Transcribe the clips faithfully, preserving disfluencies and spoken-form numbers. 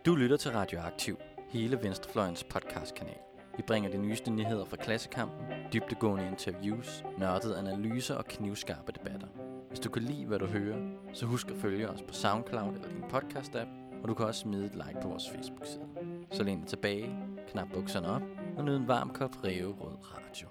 Du lytter til Radioaktiv, hele Venstrefløjens podcastkanal. Vi bringer de nyeste nyheder fra Klassekampen, dybdegående interviews, nørdede analyser og knivskarpe debatter. Hvis du kan lide, hvad du hører, så husk at følge os på SoundCloud eller din podcast-app, og du kan også smide et like på vores Facebook-side. Så læn dig tilbage, knap bukserne op og nyd en varm kop ræverød radio.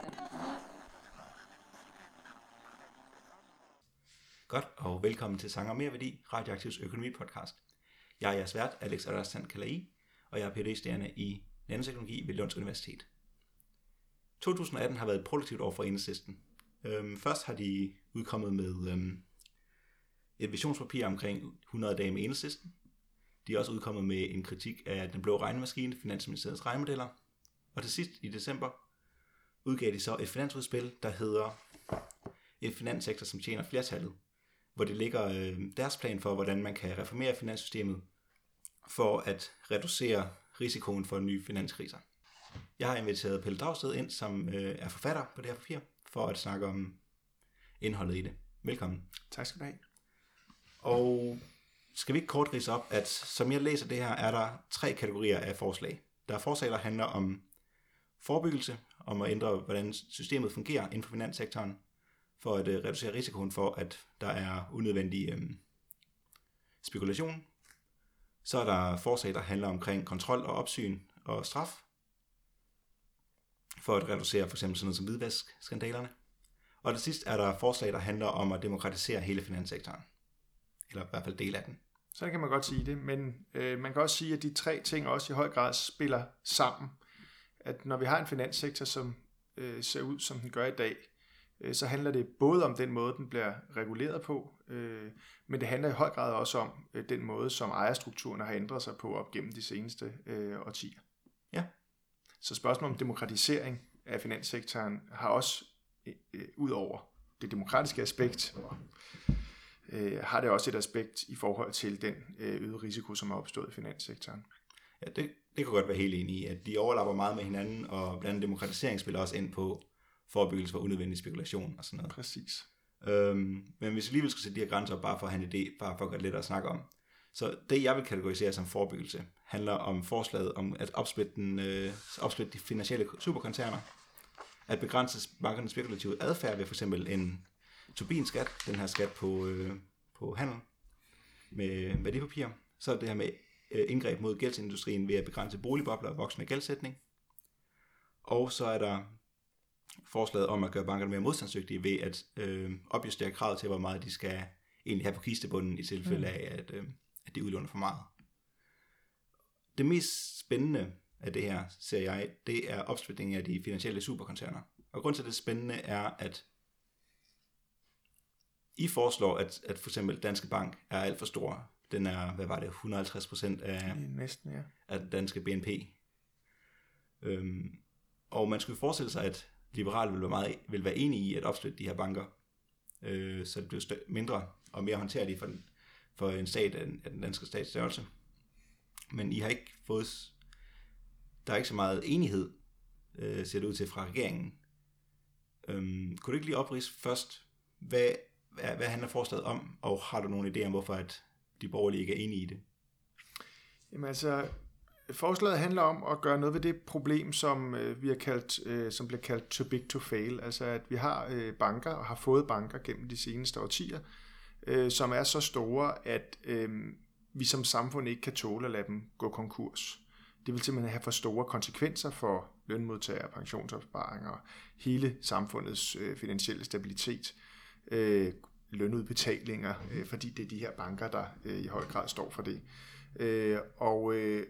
Godt, og velkommen til Sanger Mere Værdi, Radioaktivs økonomi-podcast. Jeg er jeres vært, Alex Aderstand-Kalai, og jeg er P H D-studerende i nanoteknologi ved Lunds Universitet. to tusind atten har været et produktivt år for Enhedslisten. Øhm, først har de udkommet med øhm, et visionspapir omkring hundrede dage med Enhedslisten. De er også udkommet med en kritik af den blå regnemaskine, Finansministeriets regnemodeller. Og til sidst i december udgav de så et finansudspil, der hedder en finanssektor, som tjener flertallet, hvor det ligger øh, deres plan for, hvordan man kan reformere finanssystemet for at reducere risikoen for nye finanskriser. Jeg har inviteret Pelle Dragsted ind, som øh, er forfatter på det her papir, for at snakke om indholdet i det. Velkommen. Tak skal du have. Og skal vi ikke kort ridse op, at som jeg læser det her, er der tre kategorier af forslag. Der er forslag, der handler om forebyggelse, om at ændre, hvordan systemet fungerer inden for finanssektoren, for at uh, reducere risikoen for, at der er unødvendig um, spekulation. Så er der forslag, der handler omkring kontrol og opsyn og straf, for at reducere for eksempel sådan noget som hvidvaskskandalerne. Og til sidst er der forslag, der handler om at demokratisere hele finanssektoren, eller i hvert fald del af den. Så kan man godt sige det, men øh, man kan også sige, at de tre ting også i høj grad spiller sammen. At når vi har en finanssektor, som øh, ser ud, som den gør i dag, så handler det både om den måde, den bliver reguleret på, øh, men det handler i høj grad også om øh, den måde, som ejerstrukturerne har ændret sig på op gennem de seneste øh, årtier. Ja. Så spørgsmålet om demokratisering af finanssektoren har også, øh, ud over det demokratiske aspekt, øh, har det også et aspekt i forhold til den øh, øgede risiko, som er opstået i finanssektoren. Ja, det, det kan godt være helt enig i, at de overlapper meget med hinanden, og blandt andet demokratisering spiller også ind på forebyggelse for unødvendig spekulation og sådan noget. Præcis. Øhm, men hvis vi alligevel skal sætte de her grænser op, bare for at have en idé, bare for at gøre det lettere at snakke om. Så det, jeg vil kategorisere som forebyggelse, handler om forslaget om at opsplitte, den, øh, opsplitte de finansielle superkoncerner, at begrænse bankernes spekulative adfærd ved for eksempel en Tobin-skat, den her skat på, øh, på handel med værdipapir. Så er det her med øh, indgreb mod gældsindustrien ved at begrænse boligbobler og voksende gældsætning. Og så er der forslaget om at gøre bankerne mere modstandsdygtige ved at øh, opjustere kravet til, hvor meget de skal egentlig have på kistebunden i tilfælde af, at, øh, at de udlåner for meget. Det mest spændende af det her, ser jeg, det er opsplitningen af de finansielle superkoncerner. Og grund til, at det spændende er, at I foreslår, at, at for eksempel Danske Bank er alt for stor. Den er, hvad var det, et hundrede og halvtreds procent af, Næsten, ja. af den danske B N P. Øhm, og man skulle forestille sig, at liberale vil være, meget, vil være enige i at opsplitte de her banker, øh, så det bliver stø- mindre og mere håndterligt for, den, for en stat af den, af den danske stats størrelse. Men I har ikke fået, der er ikke så meget enighed, øh, ser det ud til fra regeringen. Øhm, kunne du ikke lige opridse først, hvad, hvad, hvad handler forslaget om, og har du nogle idéer om, hvorfor at de borgerlige ikke er enige i det? Jamen altså, forslaget handler om at gøre noget ved det problem, som øh, vi har kaldt, øh, som bliver kaldt too big to fail. Altså at vi har øh, banker og har fået banker gennem de seneste årtier, øh, som er så store, at øh, vi som samfund ikke kan tåle at lade dem gå konkurs. Det vil simpelthen have for store konsekvenser for lønmodtagere, pensionsopsparinger, hele samfundets øh, finansielle stabilitet, øh, lønudbetalinger, øh, fordi det er de her banker, der øh, i høj grad står for det. Øh, og øh,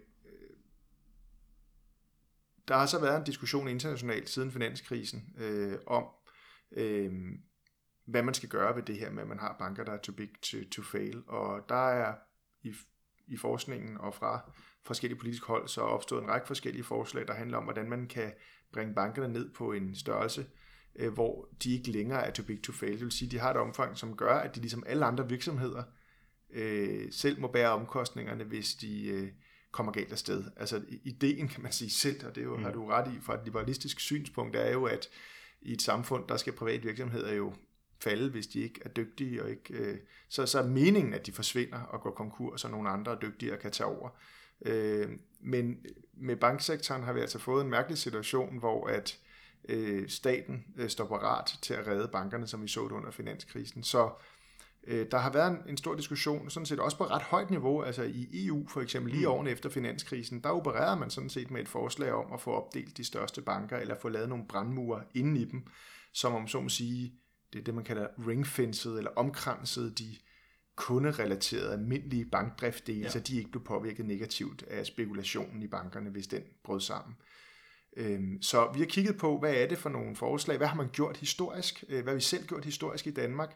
der har så været en diskussion internationalt siden finanskrisen øh, om, øh, hvad man skal gøre ved det her med, at man har banker, der er too big to, to fail. Og der er i, i forskningen og fra forskellige politiske hold så opstået en række forskellige forslag, der handler om, hvordan man kan bringe bankerne ned på en størrelse, øh, hvor de ikke længere er too big to fail. Det vil sige, at de har et omfang, som gør, at de ligesom alle andre virksomheder øh, selv må bære omkostningerne, hvis de øh, kommer galt afsted. Altså ideen, kan man sige selv, og det er jo, mm. har du ret i, fra et liberalistisk synspunkt, er jo, at i et samfund, der skal private virksomheder jo falde, hvis de ikke er dygtige, og ikke, øh, så, så er meningen, at de forsvinder og går konkurs, og nogle andre er dygtige og kan tage over. Øh, men med banksektoren har vi altså fået en mærkelig situation, hvor at øh, staten øh, står parat til at redde bankerne, som vi så det under finanskrisen. Så øh, der har været en, en stor diskussion, sådan set også på ret højt niveau, altså i E U for eksempel, lige årene efter finanskrisen, der opererede man sådan set med et forslag om at få opdelt de største banker, eller få lavet nogle brandmure inden i dem, som om så må sige, det er det man kalder ringfenced, eller omkranset de kunderelaterede almindelige bankdriftdele, ja. Så de ikke blev påvirket negativt af spekulationen i bankerne, hvis den brød sammen. Så vi har kigget på, hvad er det for nogle forslag, hvad har man gjort historisk, hvad har vi selv gjort historisk i Danmark,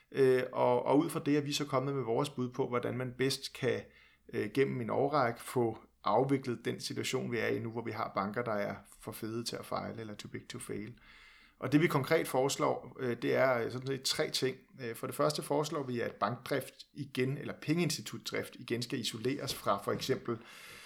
og, og ud fra det er vi så kommet med vores bud på, hvordan man bedst kan gennem en årrække få afviklet den situation, vi er i nu, hvor vi har banker, der er for fede til at fejle, eller too big to fail. Og det vi konkret foreslår, det er sådan set tre ting. For det første foreslår vi, at bankdrift igen, eller pengeinstitutdrift igen skal isoleres fra for eksempel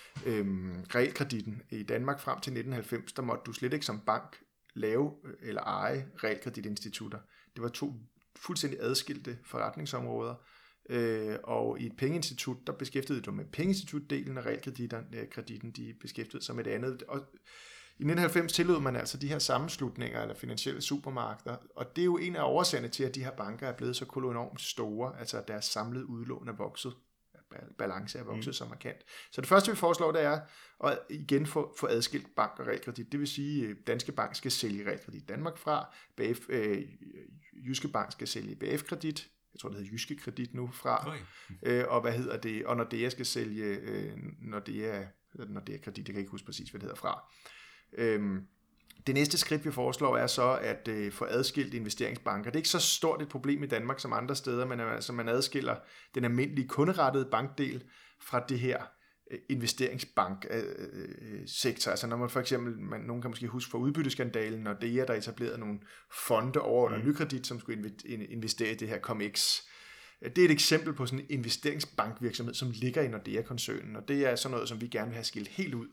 øhm, realkreditten. I Danmark frem til nitten halvfems, der måtte du slet ikke som bank lave eller eje realkreditinstitutter. Det var to fuldstændig adskilte forretningsområder. Øh, og i et pengeinstitut, der beskæftigede du med pengeinstitutdelen, og realkreditten, de beskæftigede sig med det andet. Og i nitten halvfems tillod man altså de her sammenslutninger eller finansielle supermarkeder, og det er jo en af årsagerne til, at de her banker er blevet så enormt store, altså at deres samlede udlån er vokset, balance er vokset mm. så markant. Så det første vi foreslår, det er at igen få, få adskilt bank og realkredit. Det vil sige, at Danske Bank skal sælge Realkredit Danmark fra, B F, øh, Jyske Bank skal sælge B F-kredit, jeg tror det hedder Jyske Kredit nu fra, øh, og hvad hedder det, og Nordea skal sælge, øh, Nordea, Nordea Kredit, jeg kan ikke huske præcis, hvad det hedder fra. Øhm, det næste skridt, vi foreslår, er så at øh, få adskilt investeringsbanker. Det er ikke så stort et problem i Danmark som andre steder, men altså, man adskiller den almindelige kunderettede bankdel fra det her øh, investeringsbanksektor. Øh, altså når man for eksempel, man, nogen kan måske huske fra udbytteskandalen, når det er der etableret nogle fonde over under mm. Nykredit, som skulle investere i det her ComEx. Det er et eksempel på sådan en investeringsbankvirksomhed, som ligger i Nordea-koncernen, og det er sådan noget, som vi gerne vil have skilt helt ud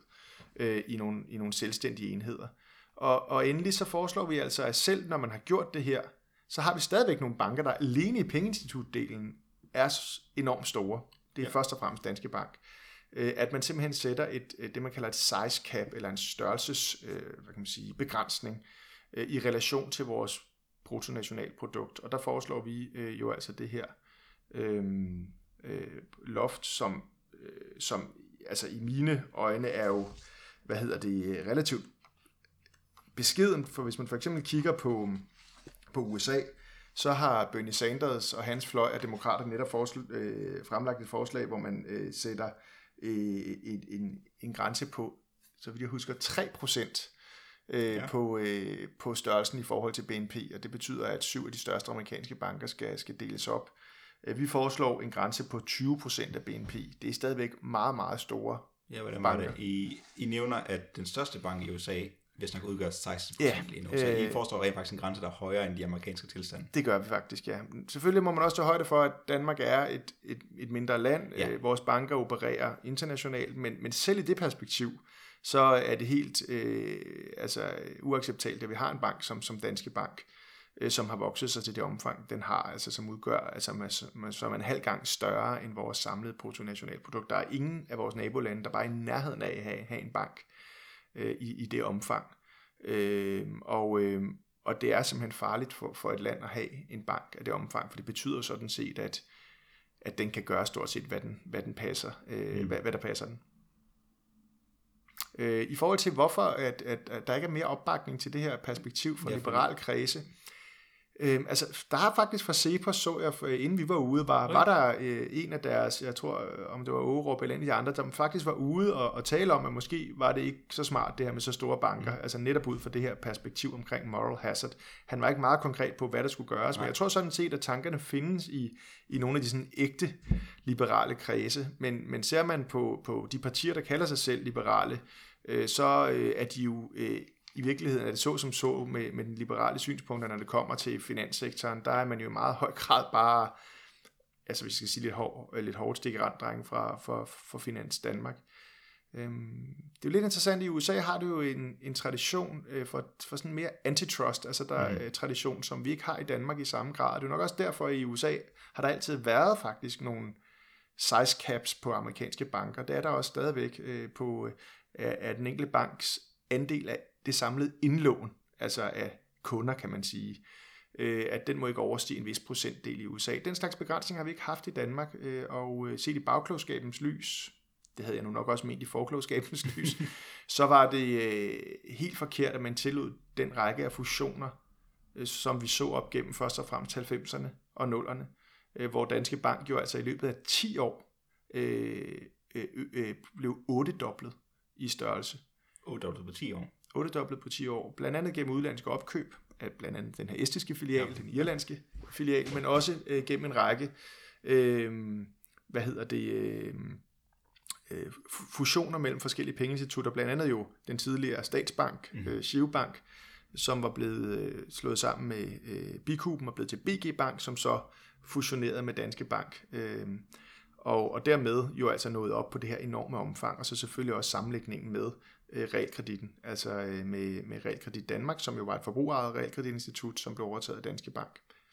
i nogle, i nogle selvstændige enheder. Og, og endelig så foreslår vi altså, at selv når man har gjort det her, så har vi stadigvæk nogle banker, der alene i pengeinstitutdelen er enormt store. Det er ja. først og fremmest Danske Bank. At man simpelthen sætter et, det, man kalder et size cap, eller en størrelses, hvad kan man sige, begrænsning i relation til vores bruttonationalprodukt. Og der foreslår vi jo altså det her øh, øh, loft, som, øh, som altså i mine øjne er jo hvad hedder det, relativt beskeden, for hvis man for eksempel kigger på, på U S A, så har Bernie Sanders og hans fløj af demokrater netop forsl- øh, fremlagt et forslag, hvor man øh, sætter øh, et, en, en grænse på, så vidt jeg husker, tre procent øh, ja. på, øh, på størrelsen i forhold til B N P, og det betyder, at syv af de største amerikanske banker skal, skal deles op. Vi foreslår en grænse på tyve procent af B N P. Det er stadigvæk meget, meget store Ja, hvordan var det? I, I nævner, at den største bank i U S A, hvis nok udgør seksten procent ja, lige nu. Så øh, I foreslår rent faktisk en grænse, der er højere end de amerikanske tilstande. Det gør vi faktisk, ja. Selvfølgelig må man også tage højde for, at Danmark er et, et, et mindre land. Ja. Øh, vores banker opererer internationalt, men, men selv i det perspektiv, så er det helt øh, altså, uacceptabelt, at vi har en bank som, som Danske Bank, øh, som har vokset sig til det omfang, den har, altså som udgør, altså man, som er en halv gang større end vores samlede bruttonationalprodukt. Der er ingen af vores nabolande, der bare er i nærheden af at have, have en bank øh, i, i det omfang. Øh, og, øh, og det er simpelthen farligt for, for et land at have en bank af det omfang, for det betyder sådan set, at, at den kan gøre stort set, hvad den, hvad den passer, øh, mm. hvad, hvad der passer den. Øh, I forhold til hvorfor at, at, at der ikke er mere opbakning til det her perspektiv fra ja, liberale kredse, øh, altså der har faktisk fra Cepos, så jeg, for, inden vi var ude, var, var der øh, en af deres, jeg tror om det var Aarup eller en af de andre, der faktisk var ude og, og tale om, at måske var det ikke så smart det her med så store banker, mm. altså netop ud fra det her perspektiv omkring moral hazard. Han var ikke meget konkret på, hvad der skulle gøres, Nej. men jeg tror sådan set, at tankerne findes i, i nogle af de sådan ægte liberale kredse, men, men ser man på, på de partier, der kalder sig selv liberale, øh, så øh, er de jo øh, i virkeligheden er det så som så med, med den liberale synspunkter, når det kommer til finanssektoren, der er man jo i meget høj grad bare, altså hvis jeg skal sige lidt, hår, lidt hårdt stik i randdrengen fra, for, for Finans Danmark. Øhm, det er jo lidt interessant, i U S A har det jo en, en tradition øh, for, for sådan mere antitrust, altså der er mm. tradition, som vi ikke har i Danmark i samme grad. Det er jo nok også derfor, at i U S A har der altid været faktisk nogle size caps på amerikanske banker. Der er der også stadigvæk øh, på af, af den enkelte banks andel af det samlede indlån, altså af kunder, kan man sige, øh, at den må ikke overstige en vis procentdel i U S A. Den slags begrænsning har vi ikke haft i Danmark, øh, og set i bagklogskabens lys, det havde jeg nu nok også ment i forklogskabens lys, så var det øh, helt forkert, at man tillod den række af fusioner, øh, som vi så op gennem først og fremmest halvfemserne og nullerne, øh, hvor Danske Bank jo altså i løbet af ti år øh, øh, øh, blev ottedoblet i størrelse. ottedoblet på ti år? ottedoblet på ti år, blandt andet gennem udlandske opkøb, af blandt andet den her estiske filial, ja. den irlandske filial, men også øh, gennem en række, øh, hvad hedder det, øh, øh, fusioner mellem forskellige pengeinstitutter, blandt andet jo den tidligere statsbank, mm. øh, Girobank, som var blevet øh, slået sammen med øh, Bikuben og blevet til B G Bank, som så fusionerede med Danske Bank, øh, og, og dermed jo altså nået op på det her enorme omfang, og så selvfølgelig også sammenlægningen med øh, realkreditten, altså øh, med, med Realkredit Danmark, som jo var et forbrugerejet realkreditinstitut, som blev overtaget af Danske Bank.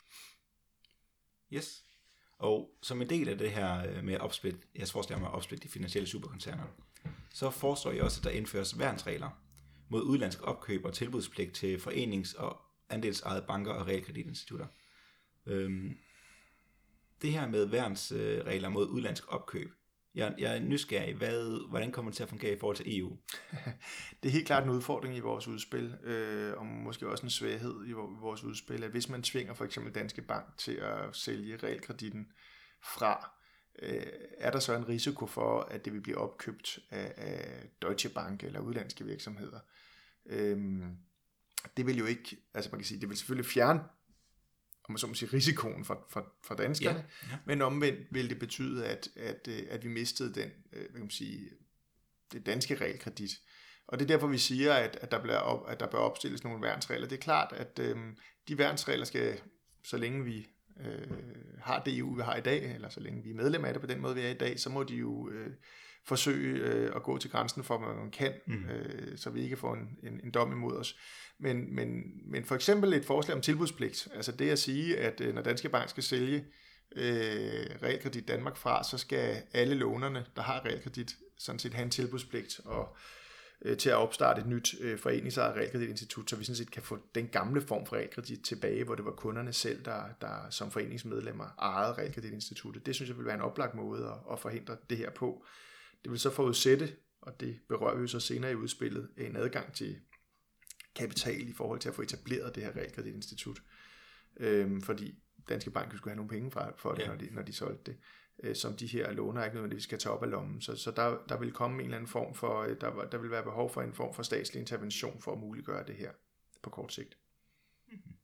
Yes. Og som en del af det her med opsplit, jeg forestiller mig at opsplitte de finansielle superkoncerner, så foreslår jeg også, at der indføres værnsregler mod udlandsk opkøb og tilbudspligt til forenings- og andelsejede banker og realkreditinstitutter. Øhm, det her med værnsregler mod udlandsk opkøb, jeg, jeg er nysgerrig, hvad, hvordan kommer det til at fungere i forhold til E U? Det er helt klart en udfordring i vores udspil, øh, og måske også en svaghed i vores udspil, at hvis man tvinger for eksempel Danske Bank til at sælge realkreditten fra, øh, er der så en risiko for, at det vil blive opkøbt af, af Deutsche Bank eller udlandske virksomheder. Øh, det vil jo ikke, altså man kan sige, det vil selvfølgelig fjerne, om man så må sige, risikoen for, for, for danskerne, ja, ja. Men omvendt vil det betyde, at, at, at vi mistede den, hvad kan man sige, det danske realkredit. Og det er derfor, vi siger, at, at, der, bliver op, at der bør opstilles nogle værnsregler. Det er klart, at øh, de værnsregler skal, så længe vi øh, har det E U, vi har i dag, eller så længe vi er medlem af det på den måde, vi er i dag, så må de jo øh, forsøge øh, at gå til grænsen for, hvad man kan, mm. øh, så vi ikke får en, en, en dom imod os. Men, men, men for eksempel et forslag om tilbudspligt, altså det at sige, at øh, når Danske Bank skal sælge øh, Realkredit Danmark fra, så skal alle lånerne, der har realkredit, sådan set have en tilbudspligt og, øh, til at opstarte et nyt øh, foreningsejet realkreditinstitut, så vi sådan set kan få den gamle form for realkredit tilbage, hvor det var kunderne selv, der, der som foreningsmedlemmer ejede realkreditinstituttet. Det synes jeg vil være en oplagt måde at, at forhindre det her på. Det vil så forudsætte, og det berører vi så senere i udspillet, en adgang til kapital i forhold til at få etableret det her realkreditinstitut. Øhm, fordi Danske Bank skulle have nogle penge fra, for det, ja. når, de, når de solgte det. Øh, som de her låner ikke nødvendigvis skal tage op af lommen. Så, så der, der vil komme en eller anden form for, der, der vil være behov for en form for statslig intervention for at muliggøre det her på kort sigt. Mm-hmm.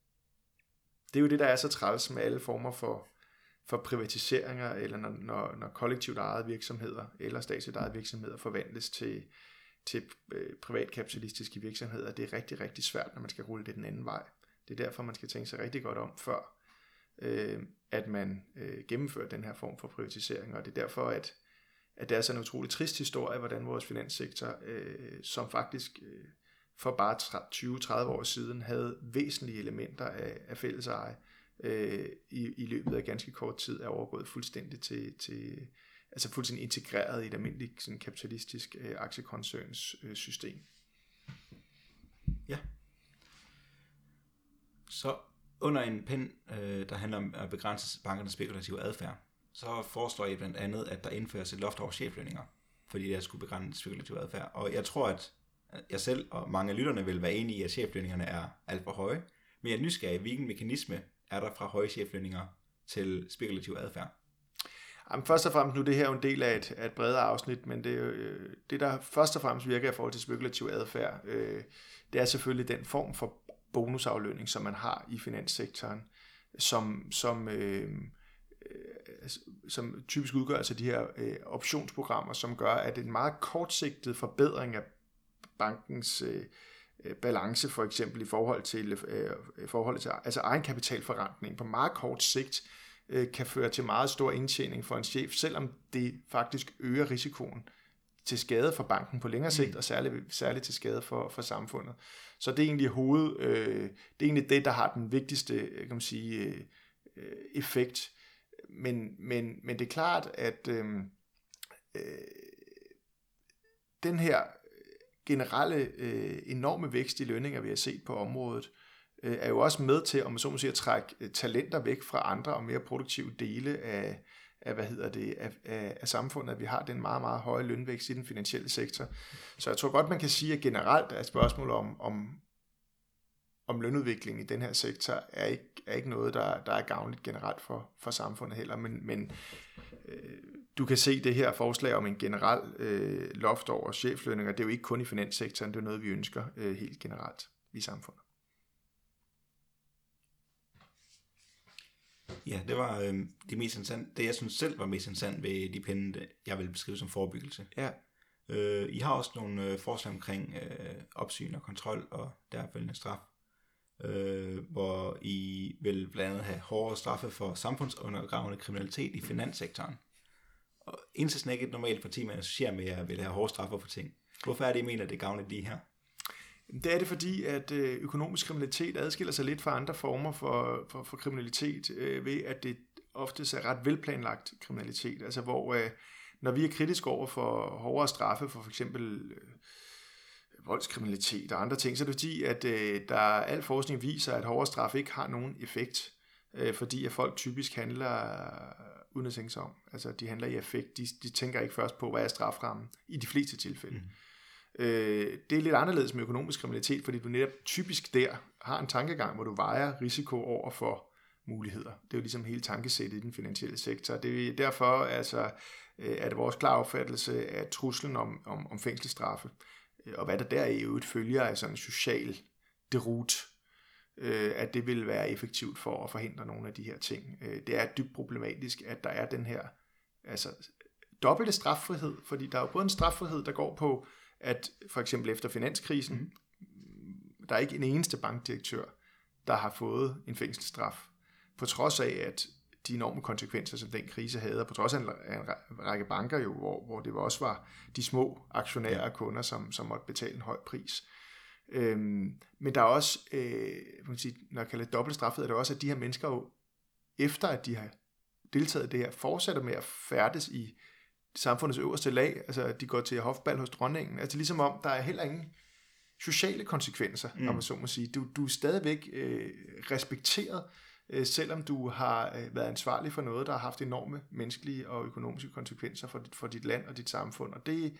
Det er jo det, der er så træls med alle former for, for privatiseringer, eller når, når, når kollektivt ejede virksomheder eller statsligt ejede virksomheder forvandles til til privatkapitalistiske virksomheder. Det er rigtig, rigtig svært, når man skal rulle det den anden vej. Det er derfor, man skal tænke sig rigtig godt om, før øh, at man øh, gennemfører den her form for privatisering. Og det er derfor, at, at det er sådan en utrolig trist historie, hvordan vores finanssektor, øh, som faktisk øh, for bare tyve til tredive år siden, havde væsentlige elementer af, af fælleseje, øh, i, i løbet af ganske kort tid er overgået fuldstændig til, til altså fuldstændig integreret i et almindeligt sådan kapitalistisk øh, aktiekoncerns øh, system. Ja. Så under en pen, øh, der handler om at begrænse bankernes spekulative adfærd, så foreslår jeg blandt andet, at der indføres et loft over cheflønninger, fordi det skulle begrænse spekulativ adfærd. Og jeg tror, at jeg selv og mange af lytterne vil være enige i, at cheflønningerne er alt for høje, men jeg er nysgerrig, hvilken mekanisme er der fra høje cheflønninger til spekulativ adfærd? Jamen, først og fremmest nu, det her er jo en del af et, af et bredere afsnit, men det, øh, det der først og fremmest virker i forhold til spekulativ adfærd, øh, det er selvfølgelig den form for bonusaflønning, som man har i finanssektoren, som, som, øh, øh, som typisk udgør altså de her øh, optionsprogrammer, som gør, at en meget kortsigtet forbedring af bankens øh, balance, for eksempel i forhold til, øh, forhold til altså egenkapitalforrentning på meget kort sigt, kan føre til meget stor indtjening for en chef, selvom det faktisk øger risikoen til skade for banken på længere sigt, mm. og særligt, særligt til skade for, for samfundet. Så det er egentlig hoved, øh, det er egentlig det, der har den vigtigste, kan man sige, øh, effekt. men, men, men det er klart, at øh, øh, den her generelle øh, enorme vækst i lønninger, vi har set på området, øh, er jo også med til, om man så må sige, at trække øh, talenter væk fra andre og mere produktive dele af, af hvad hedder det, af, af, af samfundet, at vi har den meget, meget høje lønvækst i den finansielle sektor. Så jeg tror godt, man kan sige, at generelt er et spørgsmål om, om, om lønudviklingen i den her sektor er ikke, er ikke noget, der, der er gavnligt generelt for, for samfundet heller, men, men øh, du kan se det her forslag om en generel øh, loft over cheflønninger, det er jo ikke kun i finanssektoren, det er noget, vi ønsker øh, helt generelt i samfundet. Ja, det var øh, det mest interessant. Det jeg synes selv var mest interessant ved de pinde, jeg vil beskrive som forebyggelse. Ja. Øh, I har også nogle øh, forslag omkring øh, opsyn og kontrol og derfølgende straf, øh, hvor I vil blandt andet have hårdere straffe for samfundsundergravende kriminalitet i finanssektoren. Og Enhedslisten er ikke et normalt parti, man associerer med, at jeg vil have hårde straffer for ting. Hvorfor er det, I mener, det er gavnligt lige her? Det er det, fordi at øh, økonomisk kriminalitet adskiller sig lidt fra andre former for, for, for kriminalitet, øh, ved at det oftest er ret velplanlagt kriminalitet. Altså hvor, øh, når vi er kritiske over for hårdere straffe for f.eks. Øh, voldskriminalitet og andre ting, så er det fordi, at øh, der al forskning viser, at hårdere straffe ikke har nogen effekt, øh, fordi at folk typisk handler uden at tænke sig om. Altså de handler i effekt, de, de tænker ikke først på, hvad er straframmen i de fleste tilfælde. Mm. Øh, det er lidt anderledes med økonomisk kriminalitet, fordi du netop typisk der har en tankegang, hvor du vejer risiko over for muligheder. Det er jo ligesom hele tankesættet i den finansielle sektor. Det er derfor altså, øh, er det vores klare opfattelse af truslen om, om, om fængselsstraffe, og hvad der der i øvrigt følger af sådan en social derute, øh, at det vil være effektivt for at forhindre nogle af de her ting. Øh, det er dybt problematisk, at der er den her altså, dobbelte straffrihed, fordi der er jo både en straffrihed, der går på, at for eksempel efter finanskrisen, mm. der er ikke en eneste bankdirektør, der har fået en fængselsstraf, på trods af, at de enorme konsekvenser, som den krise havde, og på trods af en, en række banker, jo, hvor, hvor det også var de små aktionærer og kunder, som, som måtte betale en høj pris. Øhm, men der er også, øh, man sige, når jeg kalder det dobbelt straffet, er det også, at de her mennesker jo, efter at de har deltaget i det her, fortsætter med at færdes i samfundets øverste lag, altså de går til hofbal hos dronningen, altså ligesom om, der er heller ingen sociale konsekvenser, mm. når man så må sige. Du, du er stadigvæk øh, respekteret, øh, selvom du har øh, været ansvarlig for noget, der har haft enorme menneskelige og økonomiske konsekvenser for dit, for dit land og dit samfund, og det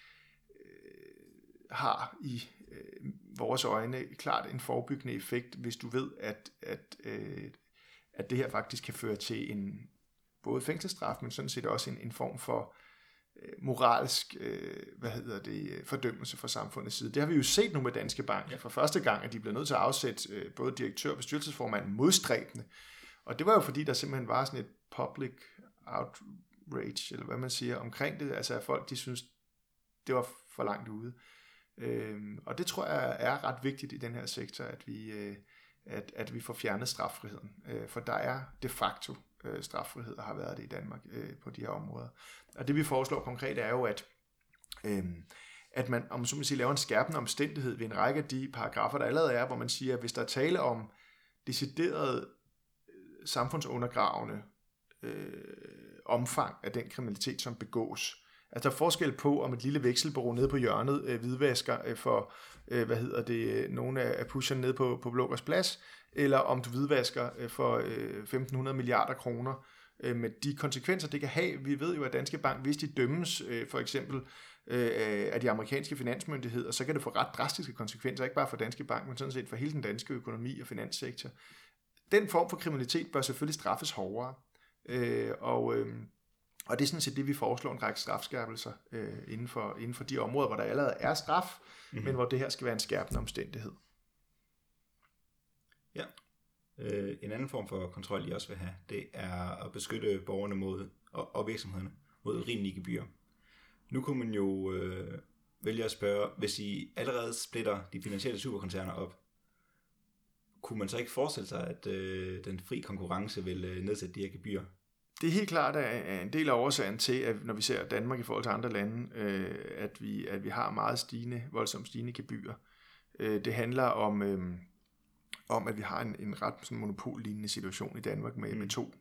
øh, har i øh, vores øjne klart en forebyggende effekt, hvis du ved, at, at, øh, at det her faktisk kan føre til en både fængselsstraf, men sådan set også en, en form for øh, moralsk øh, hvad hedder det, fordømmelse fra samfundets side. Det har vi jo set nu med Danske Bank. Ja. For første gang, at de blev nødt til at afsætte øh, både direktør og bestyrelsesformand modstræbende. Og det var jo fordi, der simpelthen var sådan et public outrage, eller hvad man siger, omkring det. Altså at folk, de synes, det var for langt ude. Øh, og det tror jeg er ret vigtigt i den her sektor, at vi, øh, at, at vi får fjernet straffriheden. Øh, for der er de facto straffrihed har været det i Danmark øh, på de her områder. Og det vi foreslår konkret er jo, at, øh, at man, om så man siger, laver en skærpende omstændighed ved en række af de paragrafer, der allerede er, hvor man siger, at hvis der er tale om decideret samfundsundergravende øh, omfang af den kriminalitet, som begås. Altså der er forskel på, om et lille vekselbureau nede på hjørnet øh, hvidvasker øh, for, øh, hvad hedder det, nogle af pusherne nede på, på Blågårds Plads, eller om du hvidvasker øh, for øh, femten hundrede milliarder kroner, øh, med de konsekvenser, det kan have. Vi ved jo, at Danske Bank, hvis de dømmes øh, for eksempel øh, af de amerikanske finansmyndigheder, så kan det få ret drastiske konsekvenser, ikke bare for Danske Bank, men sådan set for hele den danske økonomi og finanssektor. Den form for kriminalitet bør selvfølgelig straffes hårdere, øh, og øh, Og det er sådan set det, vi foreslår en række strafskærpelser øh, inden, for, inden for de områder, hvor der allerede er straf, mm-hmm. men hvor det her skal være en skærpende omstændighed. Ja. Øh, en anden form for kontrol, I også vil have, det er at beskytte borgerne mod, og, og virksomhederne mod urimelige gebyrer. Nu kunne man jo øh, vælge at spørge, hvis I allerede splitter de finansielle superkoncerner op, kunne man så ikke forestille sig, at øh, den fri konkurrence vil øh, nedsætte de her gebyrer? Det er helt klart at en del af årsagen til, at når vi ser Danmark i forhold til andre lande, øh, at, vi, at vi har meget stigende, voldsomt stigende gebyrer. Øh, det handler om, øh, om, at vi har en, en ret sådan monopollignende situation i Danmark med, mm. med to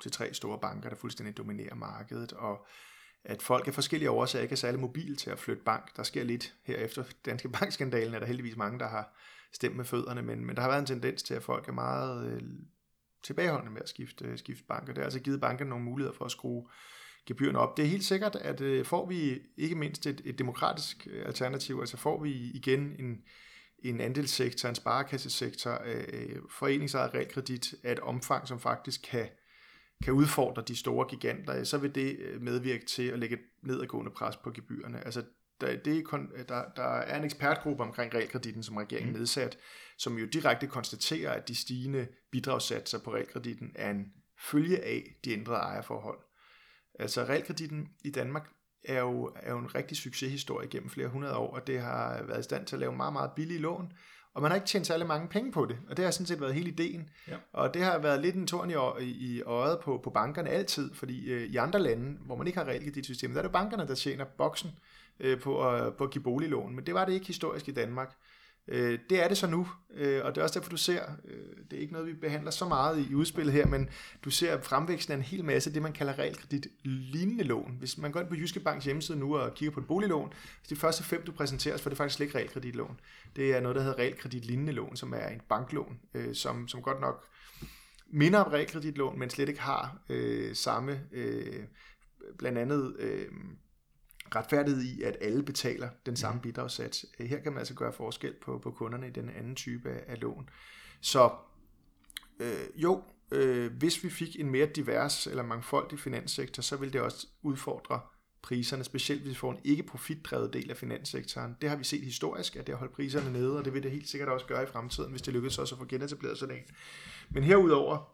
til tre store banker, der fuldstændig dominerer markedet, og at folk af forskellige årsager ikke er særlig mobile til at flytte bank. Der sker lidt her efter Danske Bank-skandalen, er der heldigvis mange, der har stemt med fødderne, men, men der har været en tendens til, at folk er meget øh, tilbageholdende med at skifte, øh, skifte banker. Det har altså givet bankerne nogle muligheder for at skrue gebyrerne op. Det er helt sikkert, at øh, får vi ikke mindst et, et demokratisk alternativ, altså får vi igen en, en andelssektor, en sparekassesektor, øh, foreningsejet realkredit af et omfang, som faktisk kan kan udfordre de store giganter, så vil det medvirke til at lægge et nedadgående pres på gebyrerne. Altså, der, det er, der, der er en ekspertgruppe omkring realkreditten, som regeringen mm. nedsat, som jo direkte konstaterer, at de stigende bidragssatser på realkreditten er en følge af de ændrede ejerforhold. Altså, realkreditten i Danmark er jo, er jo en rigtig succeshistorie gennem flere hundrede år, og det har været i stand til at lave meget, meget billige lån, og man har ikke tjent særlig mange penge på det, og det har sådan set været hele ideen. Ja. Og det har været lidt en torn i, i øjet på, på bankerne altid, fordi øh, i andre lande, hvor man ikke har realkreditsystemet, der er det bankerne, der tjener boksen øh, på, at, på at give boliglån, men det var det ikke historisk i Danmark. Øh, det er det så nu, øh, og det er også derfor, du ser, øh, det er ikke noget, vi behandler så meget i, i udspillet her, men du ser fremvæksten af en hel masse af det, man kalder realkredit-lignende lån. Hvis man går ind på Jyske Banks hjemmeside nu og kigger på et boliglån, så de første fem, du præsenteres for, det er faktisk slet ikke realkreditlån. Det er noget, der hedder realkredit-lignende lån, som er en banklån, øh, som, som godt nok minder om realkreditlån, men slet ikke har øh, samme, øh, blandt andet øh, retfærdighed i, at alle betaler den samme bidragssats. Her kan man altså gøre forskel på, på kunderne i den anden type af, af lån. Så øh, jo, øh, hvis vi fik en mere divers eller mangfoldig finanssektor, så vil det også udfordre priserne, specielt hvis vi får en ikke-profitdrevet del af finanssektoren. Det har vi set historisk, at det har holdt priserne nede, og det vil det helt sikkert også gøre i fremtiden, hvis det lykkes også at få genetableret sådan en. Men herudover,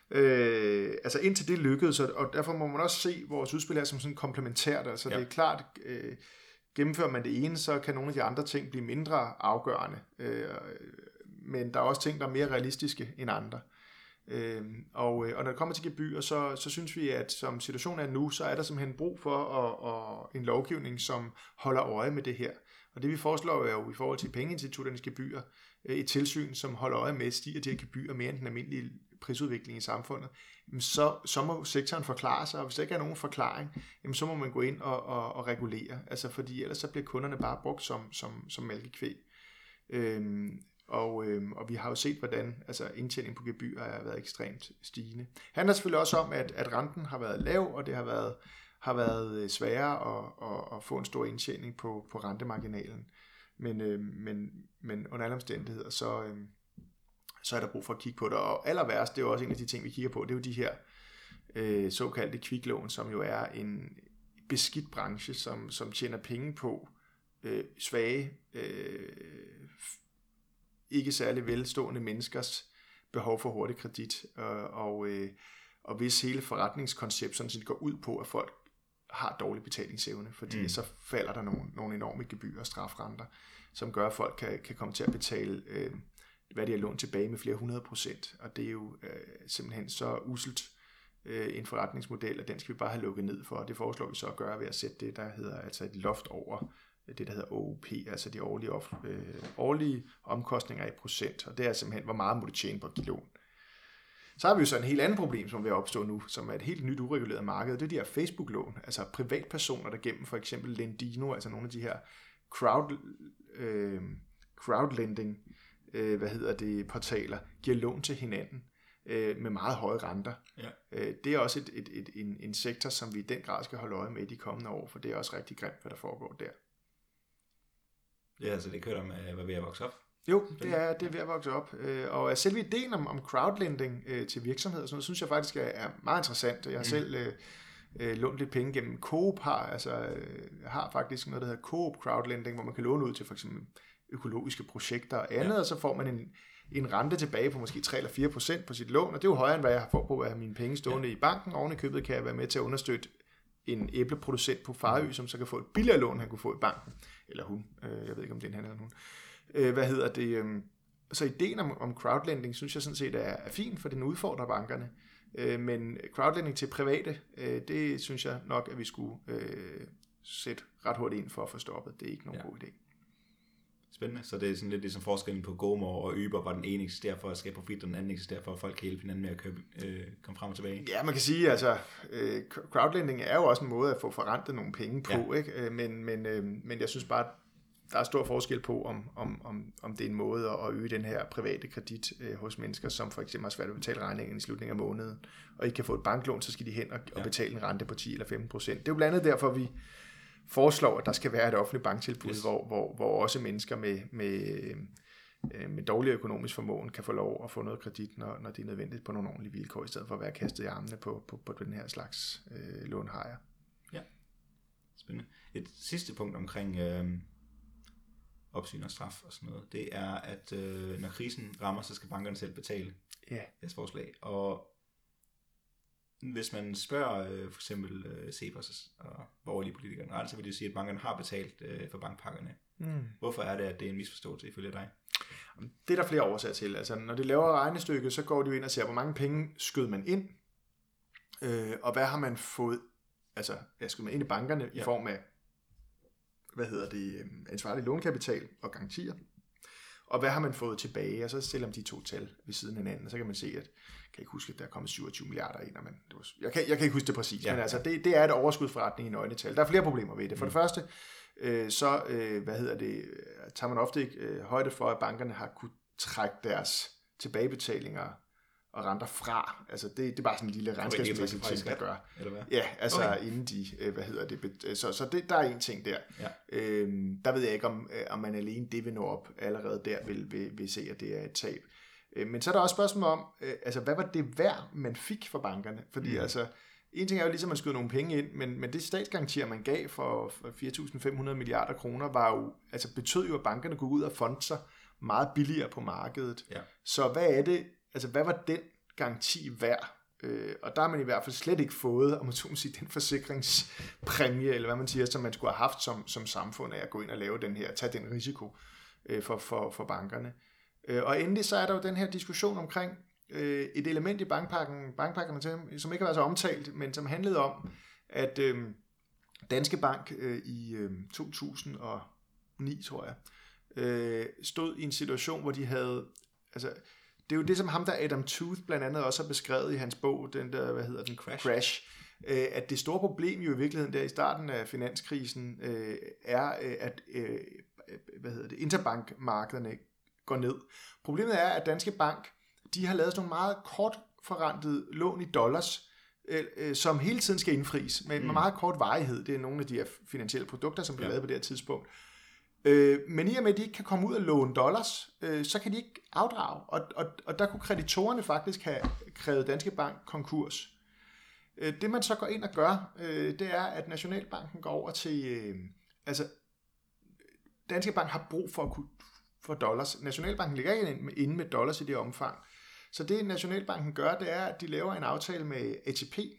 Øh, altså indtil det lykkedes, og derfor må man også se vores udspil her som sådan komplementært, altså ja. Det er klart, øh, gennemfører man det ene, så kan nogle af de andre ting blive mindre afgørende, øh, men der er også ting, der er mere realistiske end andre. Øh, og, og når det kommer til gebyrer, så, så synes vi, at som situationen er nu, så er der simpelthen brug for at, at, en lovgivning, som holder øje med det her. Og det vi foreslår er jo i forhold til pengeinstitutternes gebyrer, et tilsyn, som holder øje med, stiger de her gebyrer mere end den almindelige prisudvikling i samfundet, så, så må sektoren forklare sig, og hvis der ikke er nogen forklaring, så må man gå ind og, og, og regulere, altså fordi ellers så bliver kunderne bare brugt som, som, som mælkekvæg. Øhm, og, øhm, og vi har jo set, hvordan altså indtjening på gebyrer har været ekstremt stigende. Det handler selvfølgelig også om, at, at renten har været lav, og det har været, har været sværere at, at, at få en stor indtjening på, på rentemarginalen. Men, øh, men, men under alle omstændigheder, så, øh, så er der brug for at kigge på det. Og aller værst, det er jo også en af de ting, vi kigger på, det er jo de her øh, såkaldte kviklån, som jo er en beskidt branche, som, som tjener penge på øh, svage, øh, ikke særlig velstående menneskers behov for hurtig kredit. Og, og, øh, og hvis hele forretningskoncept sådan set går ud på, at folk har dårlig betalingsevne, fordi mm. så falder der nogle, nogle enorme gebyrer og strafrenter, som gør, at folk kan, kan komme til at betale, øh, hvad de har lånt tilbage med flere hundrede procent, og det er jo øh, simpelthen så uselt øh, en forretningsmodel, at den skal vi bare have lukket ned for, og det foreslår vi så at gøre ved at sætte det, der hedder altså et loft over det, der hedder O O P, altså de årlige, øh, årlige omkostninger i procent, og det er simpelthen, hvor meget må du tjene på at give lån. Så har vi jo så en helt anden problem, som vil opstå nu, som er et helt nyt ureguleret marked. Det er de her Facebook-lån, altså privatpersoner, der gennem for eksempel Lendino, altså nogle af de her crowd, øh, crowdlending, øh, hvad hedder det, portaler, giver lån til hinanden øh, med meget høje renter. Ja. Øh, det er også et, et, et, en, en sektor, som vi i den grad skal holde øje med i de kommende år, for det er også rigtig grimt, hvad der foregår der. Ja, altså det kører med, hvad vi er vokset op. Jo, det er, det er ved at vokse op. Og selve ideen om, om crowdlending øh, til virksomheder, sådan noget, synes jeg faktisk er, er meget interessant. Jeg har mm. selv øh, lånt lidt penge gennem Coop har, altså øh, har faktisk noget, der hedder Coop crowdlending, hvor man kan låne ud til for eksempel økologiske projekter og andet, ja. Og så får man en, en rente tilbage på måske tre eller fire procent på sit lån, og det er jo højere, end hvad jeg har fået på at have mine penge stående ja. I banken. Oven i købet kan jeg være med til at understøtte en æbleproducent på Farø, som så kan få et billigere lån, han kunne få i banken. Eller hun. Jeg ved ikke, om det er en han eller hun. Hvad hedder det? Så ideen om, om crowdlending, synes jeg sådan set er, er fin, for den udfordrer bankerne. Men crowdlending til private, det synes jeg nok, at vi skulle øh, sætte ret hurtigt ind for at få stoppet. Det er ikke nogen ja. God idé. Spændende. Så det er sådan lidt ligesom forskellen på GoMore og Uber, hvor den ene eksisterer for at skabe profit, og den anden eksisterer for, at folk kan hjælpe hinanden med at købe, øh, komme frem og tilbage. Ja, man kan sige, altså øh, crowdlending er jo også en måde at få forrentet nogle penge på, ja. ikke? Men, men, øh, men jeg synes bare, der er stor forskel på, om, om, om, om det er en måde at øge den her private kredit øh, hos mennesker, som for eksempel har svært ved at betale regningen i slutningen af måneden, og ikke kan få et banklån, så skal de hen og, ja. og betale en rente på ti eller femten procent. Det er jo blandt andet derfor, vi foreslår, at der skal være et offentligt banktilbud, yes. hvor, hvor, hvor også mennesker med, med, med dårlig økonomisk formåen kan få lov at få noget kredit, når, når det er nødvendigt på nogle ordentlige vilkår, i stedet for at være kastet i armene på, på, på den her slags øh, lånhajer. Ja, spændende. Et sidste punkt omkring øh, opsyn og straf og sådan noget, det er, at øh, når krisen rammer, så skal bankerne selv betale ja. deres forslag. Og hvis man spørger øh, for eksempel øh, Cepos og borgerlige politikere generelt, så vil de sige, at bankerne har betalt øh, for bankpakkerne. Mm. Hvorfor er det, at det er en misforståelse ifølge dig? Det er der flere årsager til. Altså, når de laver regnestykket, så går de jo ind og ser, hvor mange penge skød man ind, øh, og hvad har man fået, altså ja, skød man ind i bankerne ja. i form af, hvad hedder det, ansvarlig lånkapital og garantier, og hvad har man fået tilbage, og så stiller man de to tal ved siden af hinanden, og så kan man se, at kan ikke huske, at der er kommet syvogtyve milliarder ind, og man, det var, jeg, kan, jeg kan ikke huske det præcis, ja. men altså, det, det er et overskudsforretning i nøgletal. Der er flere problemer ved det. For mm. det første, øh, så øh, hvad hedder det, tager man ofte ikke øh, højde for, at bankerne har kunne trække deres tilbagebetalinger og renter fra. Altså, det, det er bare sådan en lille regnskabsmæssig ting, der gør. Eller hvad? Ja, altså okay. inden de, øh, hvad hedder det, så, så det, der er en ting der. Ja. Øhm, der ved jeg ikke, om, om man alene det vil nå op allerede der, vil, vil, vil se, at det er et tab. Men så er der også spørgsmål om, øh, altså hvad var det værd, man fik fra bankerne? Fordi mm. altså, en ting er jo ligesom, at man skød nogle penge ind, men, men det statsgarantier, man gav for, for fire tusind fem hundrede milliarder kroner, var jo, altså betød jo, at bankerne kunne gå ud og fonde sig meget billigere på markedet. Ja. Så hvad er det, altså hvad var den garanti værd? Øh, og der har man i hvert fald slet ikke fået, om man så må sige, den forsikringspræmie, eller hvad man siger, som man skulle have haft som, som samfund af at gå ind og lave den her, tage den risiko øh, for, for, for bankerne. Og endelig så er der jo den her diskussion omkring øh, et element i bankpakken, bankpakkerne, som ikke har været så omtalt, men som handlede om, at øh, Danske Bank øh, i øh, to tusind og ni, tror jeg, øh, stod i en situation, hvor de havde, altså det er jo det, som ham der Adam Tooth blandt andet også har beskrevet i hans bog, den der, hvad hedder den, Crash, Crash øh, at det store problem jo i virkeligheden der i starten af finanskrisen øh, er, øh, at øh, hvad hedder det, interbankmarkederne går ned. Problemet er, at Danske Bank, de har lavet sådan nogle meget kort forrentede lån i dollars, øh, som hele tiden skal indfries, med mm. meget kort varighed. Det er nogle af de her finansielle produkter, som bliver ja. lavet på det her tidspunkt. Øh, men i og med, at de ikke kan komme ud og låne dollars, øh, så kan de ikke afdrage. Og, og, og der kunne kreditorerne faktisk have krævet Danske Bank konkurs. Øh, det man så går ind og gør, øh, det er, at Nationalbanken går over til, øh, altså Danske Bank har brug for at kunne for dollars. Nationalbanken ligger ikke inde med dollars i det omfang. Så det Nationalbanken gør, det er, at de laver en aftale med A T P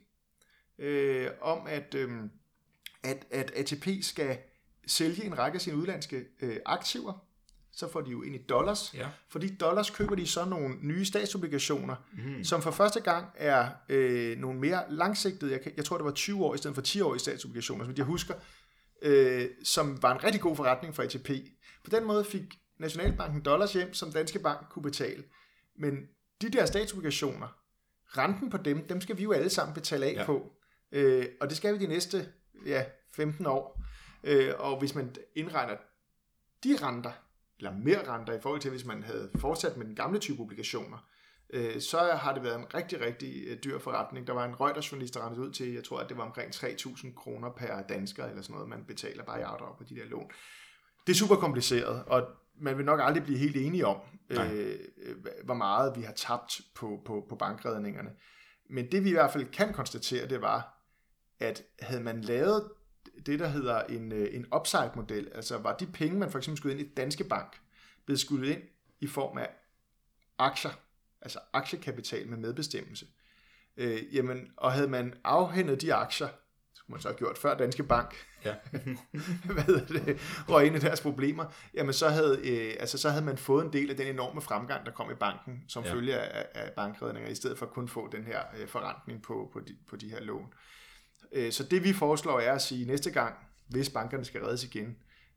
øh, om, at, øh, at, at A T P skal sælge en række af sine udlandske øh, aktiver. Så får de jo ind i dollars. Ja. Fordi dollars køber de så nogle nye statsobligationer, mm. som for første gang er øh, nogle mere langsigtede, jeg, jeg tror det var tyve år i stedet for ti år i statsobligationer, som jeg husker, øh, som var en rigtig god forretning for A T P. På den måde fik Nationalbanken dollars hjem, som Danske Bank kunne betale. Men de der statsobligationer, renten på dem, dem skal vi jo alle sammen betale af ja. på. Øh, og det skal vi de næste ja, femten år. Øh, og hvis man indregner de renter, eller mere renter i forhold til, hvis man havde fortsat med den gamle type obligationer, øh, så har det været en rigtig, rigtig øh, dyr forretning. Der var en Reuters-journalist, der rendte ud til, jeg tror, at det var omkring tre tusind kroner per dansker, eller sådan noget, man betaler bare i afdrag på de der lån. Det er super kompliceret, og man vil nok aldrig blive helt enige om, øh, hvor meget vi har tabt på, på, på bankredningerne. Men det vi i hvert fald kan konstatere, det var, at havde man lavet det, der hedder en, en upside-model, altså var de penge, man for eksempel skulle ind i Danske Bank, blevet skudt ind i form af aktier, altså aktiekapital med medbestemmelse. Øh, jamen, og havde man afhændet de aktier, skulle man så have gjort før Danske Bank, ja. hvad hedder det, røg ind i deres problemer, jamen så havde, øh, altså, så havde man fået en del af den enorme fremgang, der kom i banken, som ja. følge af, af bankredninger, i stedet for at kun få den her øh, forrentning på, på, de, på de her lån. Øh, så det vi foreslår er at sige, næste gang, hvis bankerne skal reddes igen,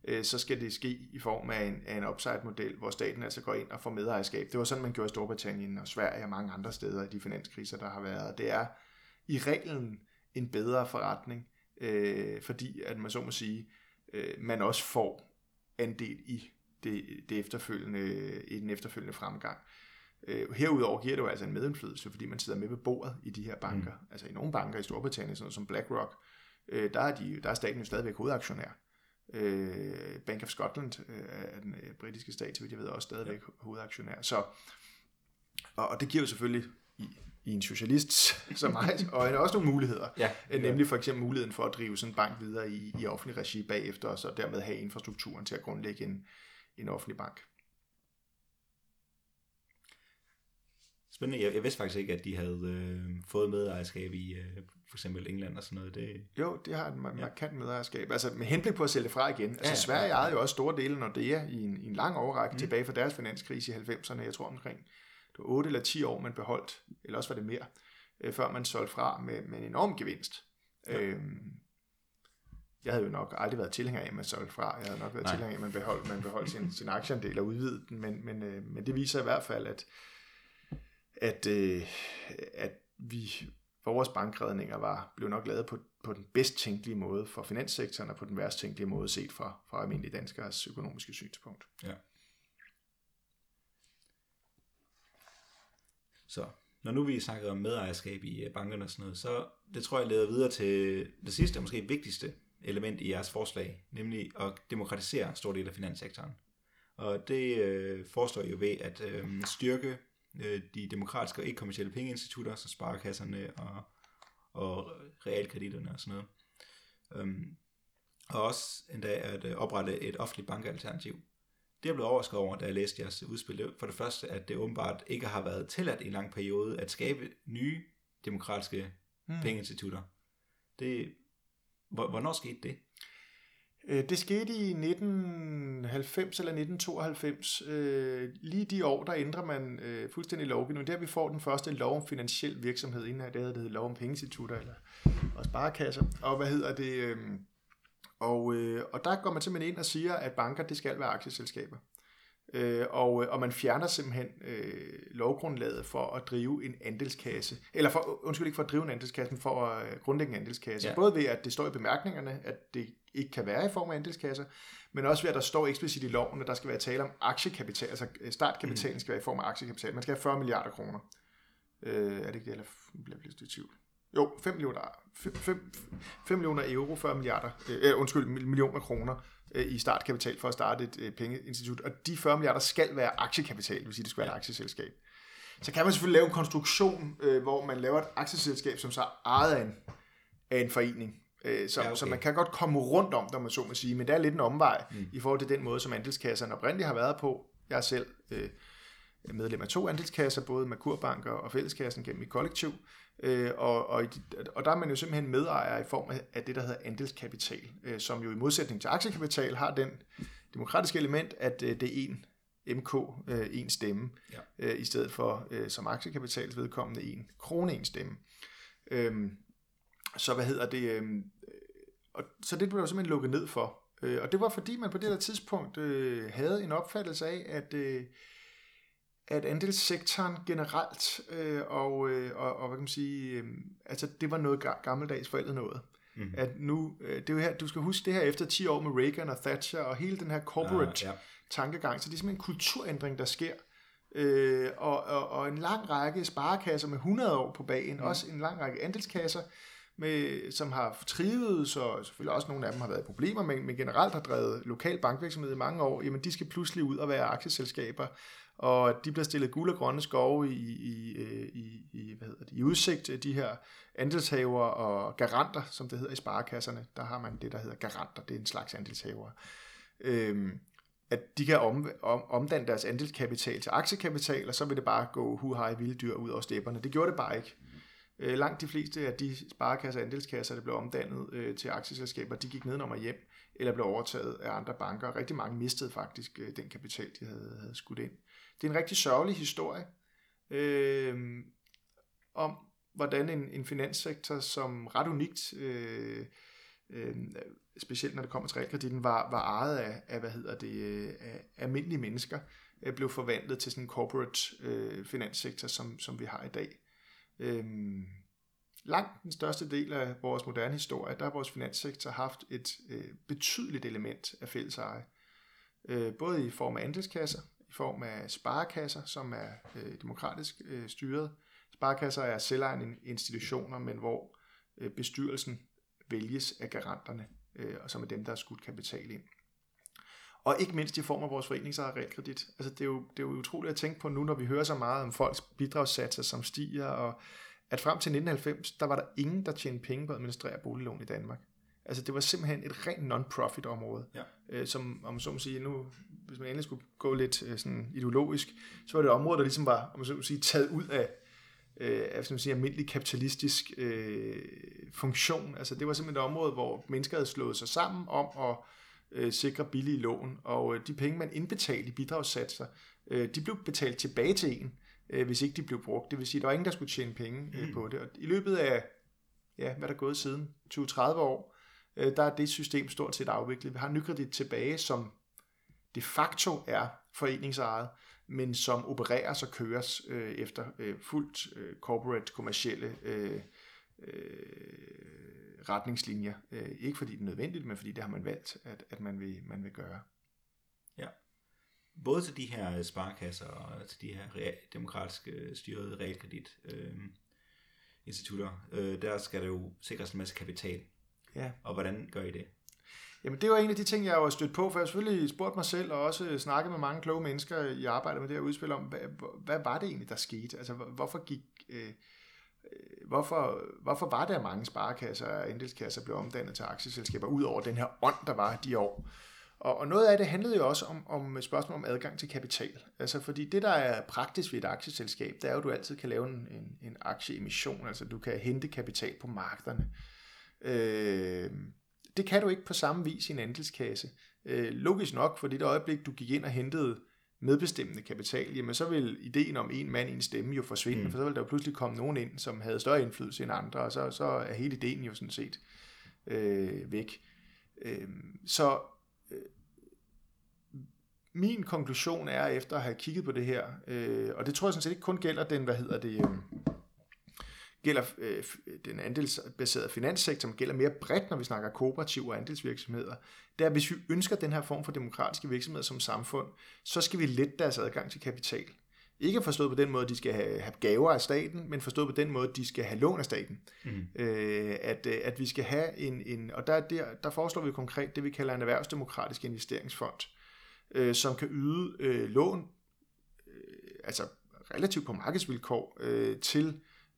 øh, så skal det ske i form af en, af en upside-model, hvor staten altså går ind og får medejerskab. Det var sådan, man gjorde i Storbritannien og Sverige og mange andre steder i de finanskriser, der har været. Det er i reglen en bedre forretning, øh, fordi at man så må sige, øh, man også får andel i, det, det efterfølgende, i den efterfølgende fremgang. Øh, herudover giver det jo altså en medindflydelse, fordi man sidder med ved bordet i de her banker. Mm. Altså i nogle banker i Storbritannien, sådan som BlackRock, øh, der, er de, der er staten jo stadigvæk hovedaktionær. Øh, Bank of Scotland øh, er den øh, britiske stat, så vidt jeg ved, også stadigvæk ja. hovedaktionær. Så, og, og det giver jo selvfølgelig i, i en socialist som mig, og også nogle muligheder. Ja, ja. Nemlig for eksempel muligheden for at drive sådan en bank videre i, i offentlig regi bagefter, og så dermed have infrastrukturen til at grundlægge en, en offentlig bank. Spændende. Jeg, jeg vidste faktisk ikke, at de havde øh, fået medejerskab i øh, for eksempel England og sådan noget. Det... Jo, det har et markant medejerskab. Altså med henblik på at sælge fra igen. Altså ja, Sverige ja, ejede jo også store dele af Nordea i en, i en lang årrække mm. tilbage fra deres finanskrise i halvfemserne. Jeg tror omkring det var otte eller ti år, man beholdt, eller også var det mere, øh, før man solgte fra med, med en enorm gevinst. Ja. Øhm, jeg havde jo nok aldrig været tilhænger af, at man solgte fra. Jeg havde nok været Nej. tilhænger af, at man beholdt, man beholdt sin, sin aktieandel og udvidede den. Men, men, øh, men det viser i hvert fald, at at, øh, at vi, vores bankredninger var, blev nok lavet på, på den bedst tænkelige måde for finanssektoren, og på den værst tænkelige måde set fra, fra almindelige danskers økonomiske synspunkt. Ja. Så når nu vi snakker om medejerskab i bankerne og sådan noget, så det tror jeg leder videre til det sidste og måske vigtigste element i jeres forslag, nemlig at demokratisere en stor del af finanssektoren. Og det øh, forestår jo ved at øh, styrke de demokratiske og ikke-kommercielle pengeinstitutter, så sparekasserne og, og realkreditterne og sådan noget. Um, og også endda at oprette et offentligt bankalternativ. Det er blevet overrasket over, da jeg læste jeres udspil. For det første, at det åbenbart ikke har været tilladt i en lang periode at skabe nye demokratiske hmm. pengeinstitutter. Det, hvornår skete det? Det skete i nitten halvfems eller nitten tooghalvfems. Lige de år, der ændrer man fuldstændig lovgivning. Der vi får den første lov om finansiel virksomhed, inden her, det hedder lov om pengeinstitutter eller og sparekasser. Og hvad hedder det? Og, og der går man simpelthen ind og siger, at banker, det skal være aktieselskaber. Og, og man fjerner simpelthen øh, lovgrundlaget for at drive en andelskasse, eller for, undskyld ikke for at drive en andelskasse, men for at grundlægge en andelskasse. Ja. Både ved, at det står i bemærkningerne, at det ikke kan være i form af andelskasser, men også ved, at der står eksplicit i loven, at der skal være tale om aktiekapital, altså startkapitalen skal være i form af aktiekapital. Man skal have fyrre milliarder kroner. Øh, er det ikke det, eller bliver jeg lidt i tvivl? Jo, fem millioner euro, fyrre milliarder, øh, undskyld, millioner kroner i startkapital for at starte et øh, pengeinstitut, og de fyrre milliarder skal være aktiekapital, det vil sige, det skal være et aktieselskab. Så kan man selvfølgelig lave en konstruktion, øh, hvor man laver et aktieselskab, som så er ejet af en, af en forening. Øh, så, ja, okay. så man kan godt komme rundt om det, man så må sige, men det er lidt en omvej mm. i forhold til den måde, som andelskasserne oprindeligt har været på. Jeg er selv øh, medlem af to andelskasser, både Merkur-banker og Fælleskassen gennem et kollektiv, øh, og, og, og der er man jo simpelthen medejer i form af det, der hedder andelskapital, øh, som jo i modsætning til aktiekapital har den demokratiske element, at øh, det er en M K, øh, en stemme, ja. øh, i stedet for øh, som aktiekapitals vedkommende en krone, en stemme. Øh, så hvad hedder det? Øh, og, så det blev jo simpelthen lukket ned for. Øh, og det var fordi man på det der tidspunkt øh, havde en opfattelse af, at øh, at andelssektoren generelt, øh, og, øh, og, og hvad kan man sige, øh, altså det var noget gammeldags forældet noget. Mm-hmm. At nu, øh, det er jo her, du skal huske det her efter ti år med Reagan og Thatcher, og hele den her corporate ah, ja. tankegang, så det er simpelthen en kulturændring, der sker. Øh, og, og, og en lang række sparekasser med hundrede år på bagen, mm. også en lang række andelskasser, med, som har trivet, og selvfølgelig også nogle af dem har været problemer, men, men generelt har drevet lokal bankvirksomhed i mange år, jamen de skal pludselig ud og være aktieselskaber, og de bliver stillet guld og grønne skove i, i, i, i, hvad hedder det, i udsigt, de her andelshaver og garanter, som det hedder i sparekasserne. Der har man det, der hedder garanter, det er en slags andelshaver. Øhm, at de kan om, om, omdanne deres andelskapital til aktiekapital, og så vil det bare gå hu-hej vilde dyr ud over stepperne. Det gjorde det bare ikke. Øh, langt de fleste af de sparekasser og andelskasser, der blev omdannet øh, til aktieselskaber, de gik nedenom og hjem, eller blev overtaget af andre banker, og rigtig mange mistede faktisk øh, den kapital, de havde, havde skudt ind. Det er en rigtig sørgelig historie øh, om, hvordan en, en finanssektor, som ret unikt øh, øh, specielt når det kommer til realkreditten, var, var ejet af, af, hvad hedder det, af almindelige mennesker, øh, blev forvandlet til sådan en corporate øh, finanssektor, som, som vi har i dag. Øh, langt den største del af vores moderne historie, der har vores finanssektor haft et øh, betydeligt element af fælleseje. Øh, både i form af andelskasser, i form af sparekasser, som er øh, demokratisk øh, styret. Sparekasser er selvejende institutioner, men hvor øh, bestyrelsen vælges af garanterne, øh, og som er dem, der har skudt kapital ind. Og ikke mindst i form af vores foreningsejet realkredit. Altså, det er jo, det er jo utroligt at tænke på nu, når vi hører så meget om folks bidragssatser, som stiger, og at frem til nitten halvfems, der var der ingen, der tjente penge på at administrere boliglån i Danmark. Altså, det var simpelthen et rent non-profit område, ja. øh, som, om så må sige, nu, hvis man endelig skulle gå lidt øh, sådan ideologisk, så var det et område, der ligesom var, om så må sige, taget ud af, øh, af sådan sige, almindelig kapitalistisk øh, funktion. Altså, det var simpelthen et område, hvor mennesker havde slået sig sammen om at øh, sikre billige lån, og øh, de penge, man indbetalte i bidragssatser, øh, de blev betalt tilbage til en, øh, hvis ikke de blev brugt. Det vil sige, at der var ingen, der skulle tjene penge øh, på det. Og i løbet af, ja, hvad der er gået siden, tyve til tredive år, øh, der er det system stort set afviklet. Vi har Nykredit tilbage, som de facto er foreningsejet, men som opereres og køres øh, efter øh, fuldt øh, corporate, kommercielle øh, øh, retningslinjer. Øh, ikke fordi det er nødvendigt, men fordi det har man valgt, at, at man, vil, man vil gøre. Ja. Både til de her sparekasser og til de her rea- demokratiske styrede realkredit øh, institutter, øh, der skal der jo sikres en masse kapital. Ja. Og hvordan gør I det? Jamen det var en af de ting, jeg har stødt på, for jeg har selvfølgelig spurgt mig selv, og også snakket med mange kloge mennesker i arbejdet med det her udspil, om hvad, hvad var det egentlig, der skete? Altså hvorfor gik... Øh, Hvorfor, hvorfor var der mange sparekasser og andelskasser blev omdannet til aktieselskaber, ud over den her ånd, der var de år? Og, og noget af det handlede jo også om, om spørgsmål om adgang til kapital. Altså fordi det, der er praktisk ved et aktieselskab, det er jo, at du altid kan lave en, en, en aktieemission, altså du kan hente kapital på markederne. Øh, det kan du ikke på samme vis i en andelskasse. Øh, logisk nok, fordi det øjeblik, du gik ind og hentede medbestemmende kapital, jamen så vil ideen om en mand, en stemme jo forsvinde, mm. for så vil der jo pludselig komme nogen ind, som havde større indflydelse end andre, og så, så er hele ideen jo sådan set øh, væk. Øh, så øh, min konklusion er, efter at have kigget på det her, øh, og det tror jeg sådan set ikke kun gælder den, hvad hedder det, øh, gælder øh, den andelsbaserede finanssektor, men gælder mere bredt, når vi snakker kooperative og andelsvirksomheder, det er, at hvis vi ønsker den her form for demokratiske virksomheder som samfund, så skal vi lette deres adgang til kapital. Ikke forstået på den måde, at de skal have, have gaver af staten, men forstået på den måde, at de skal have lån af staten. Mm. Øh, at, at vi skal have en, en og der, der, der foreslår vi konkret det, vi kalder en erhvervsdemokratisk investeringsfond, øh, som kan yde øh, lån, øh, altså relativt på markedsvilkår, øh, til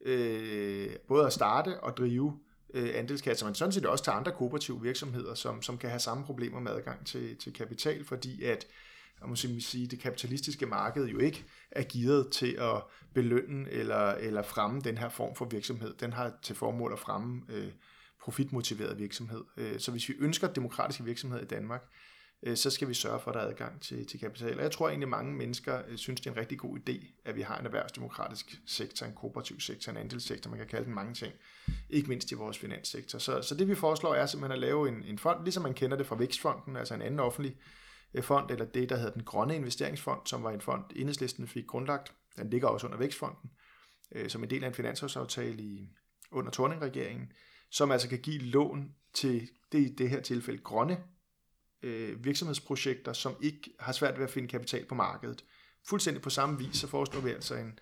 Øh, både at starte og drive øh, andelskasser, men sådan set også til andre kooperative virksomheder, som, som kan have samme problemer med adgang til, til kapital, fordi at jeg må sige, det kapitalistiske marked jo ikke er gearet til at belønne eller, eller fremme den her form for virksomhed. Den har til formål at fremme øh, profitmotiveret virksomhed. Øh, så hvis vi ønsker demokratiske virksomheder i Danmark, så skal vi sørge for, at der er adgang til, til kapital. Og jeg tror egentlig, at mange mennesker synes, det er en rigtig god idé, at vi har en erhvervsdemokratisk sektor, en kooperativ sektor, en andelssektor, man kan kalde den mange ting, ikke mindst i vores finanssektor. Så, så det vi foreslår er simpelthen at lave en, en fond, ligesom man kender det fra Vækstfonden, altså en anden offentlig fond, eller det, der hedder den Grønne Investeringsfond, som var en fond, Enhedslisten fik grundlagt. Den ligger også under Vækstfonden, som en del af en finanslovsaftale i, under Thorning-regeringen, som altså kan give lån til det i det her tilfælde grønne virksomhedsprojekter, som ikke har svært ved at finde kapital på markedet. Fuldstændig på samme vis, så foreslår vi altså en,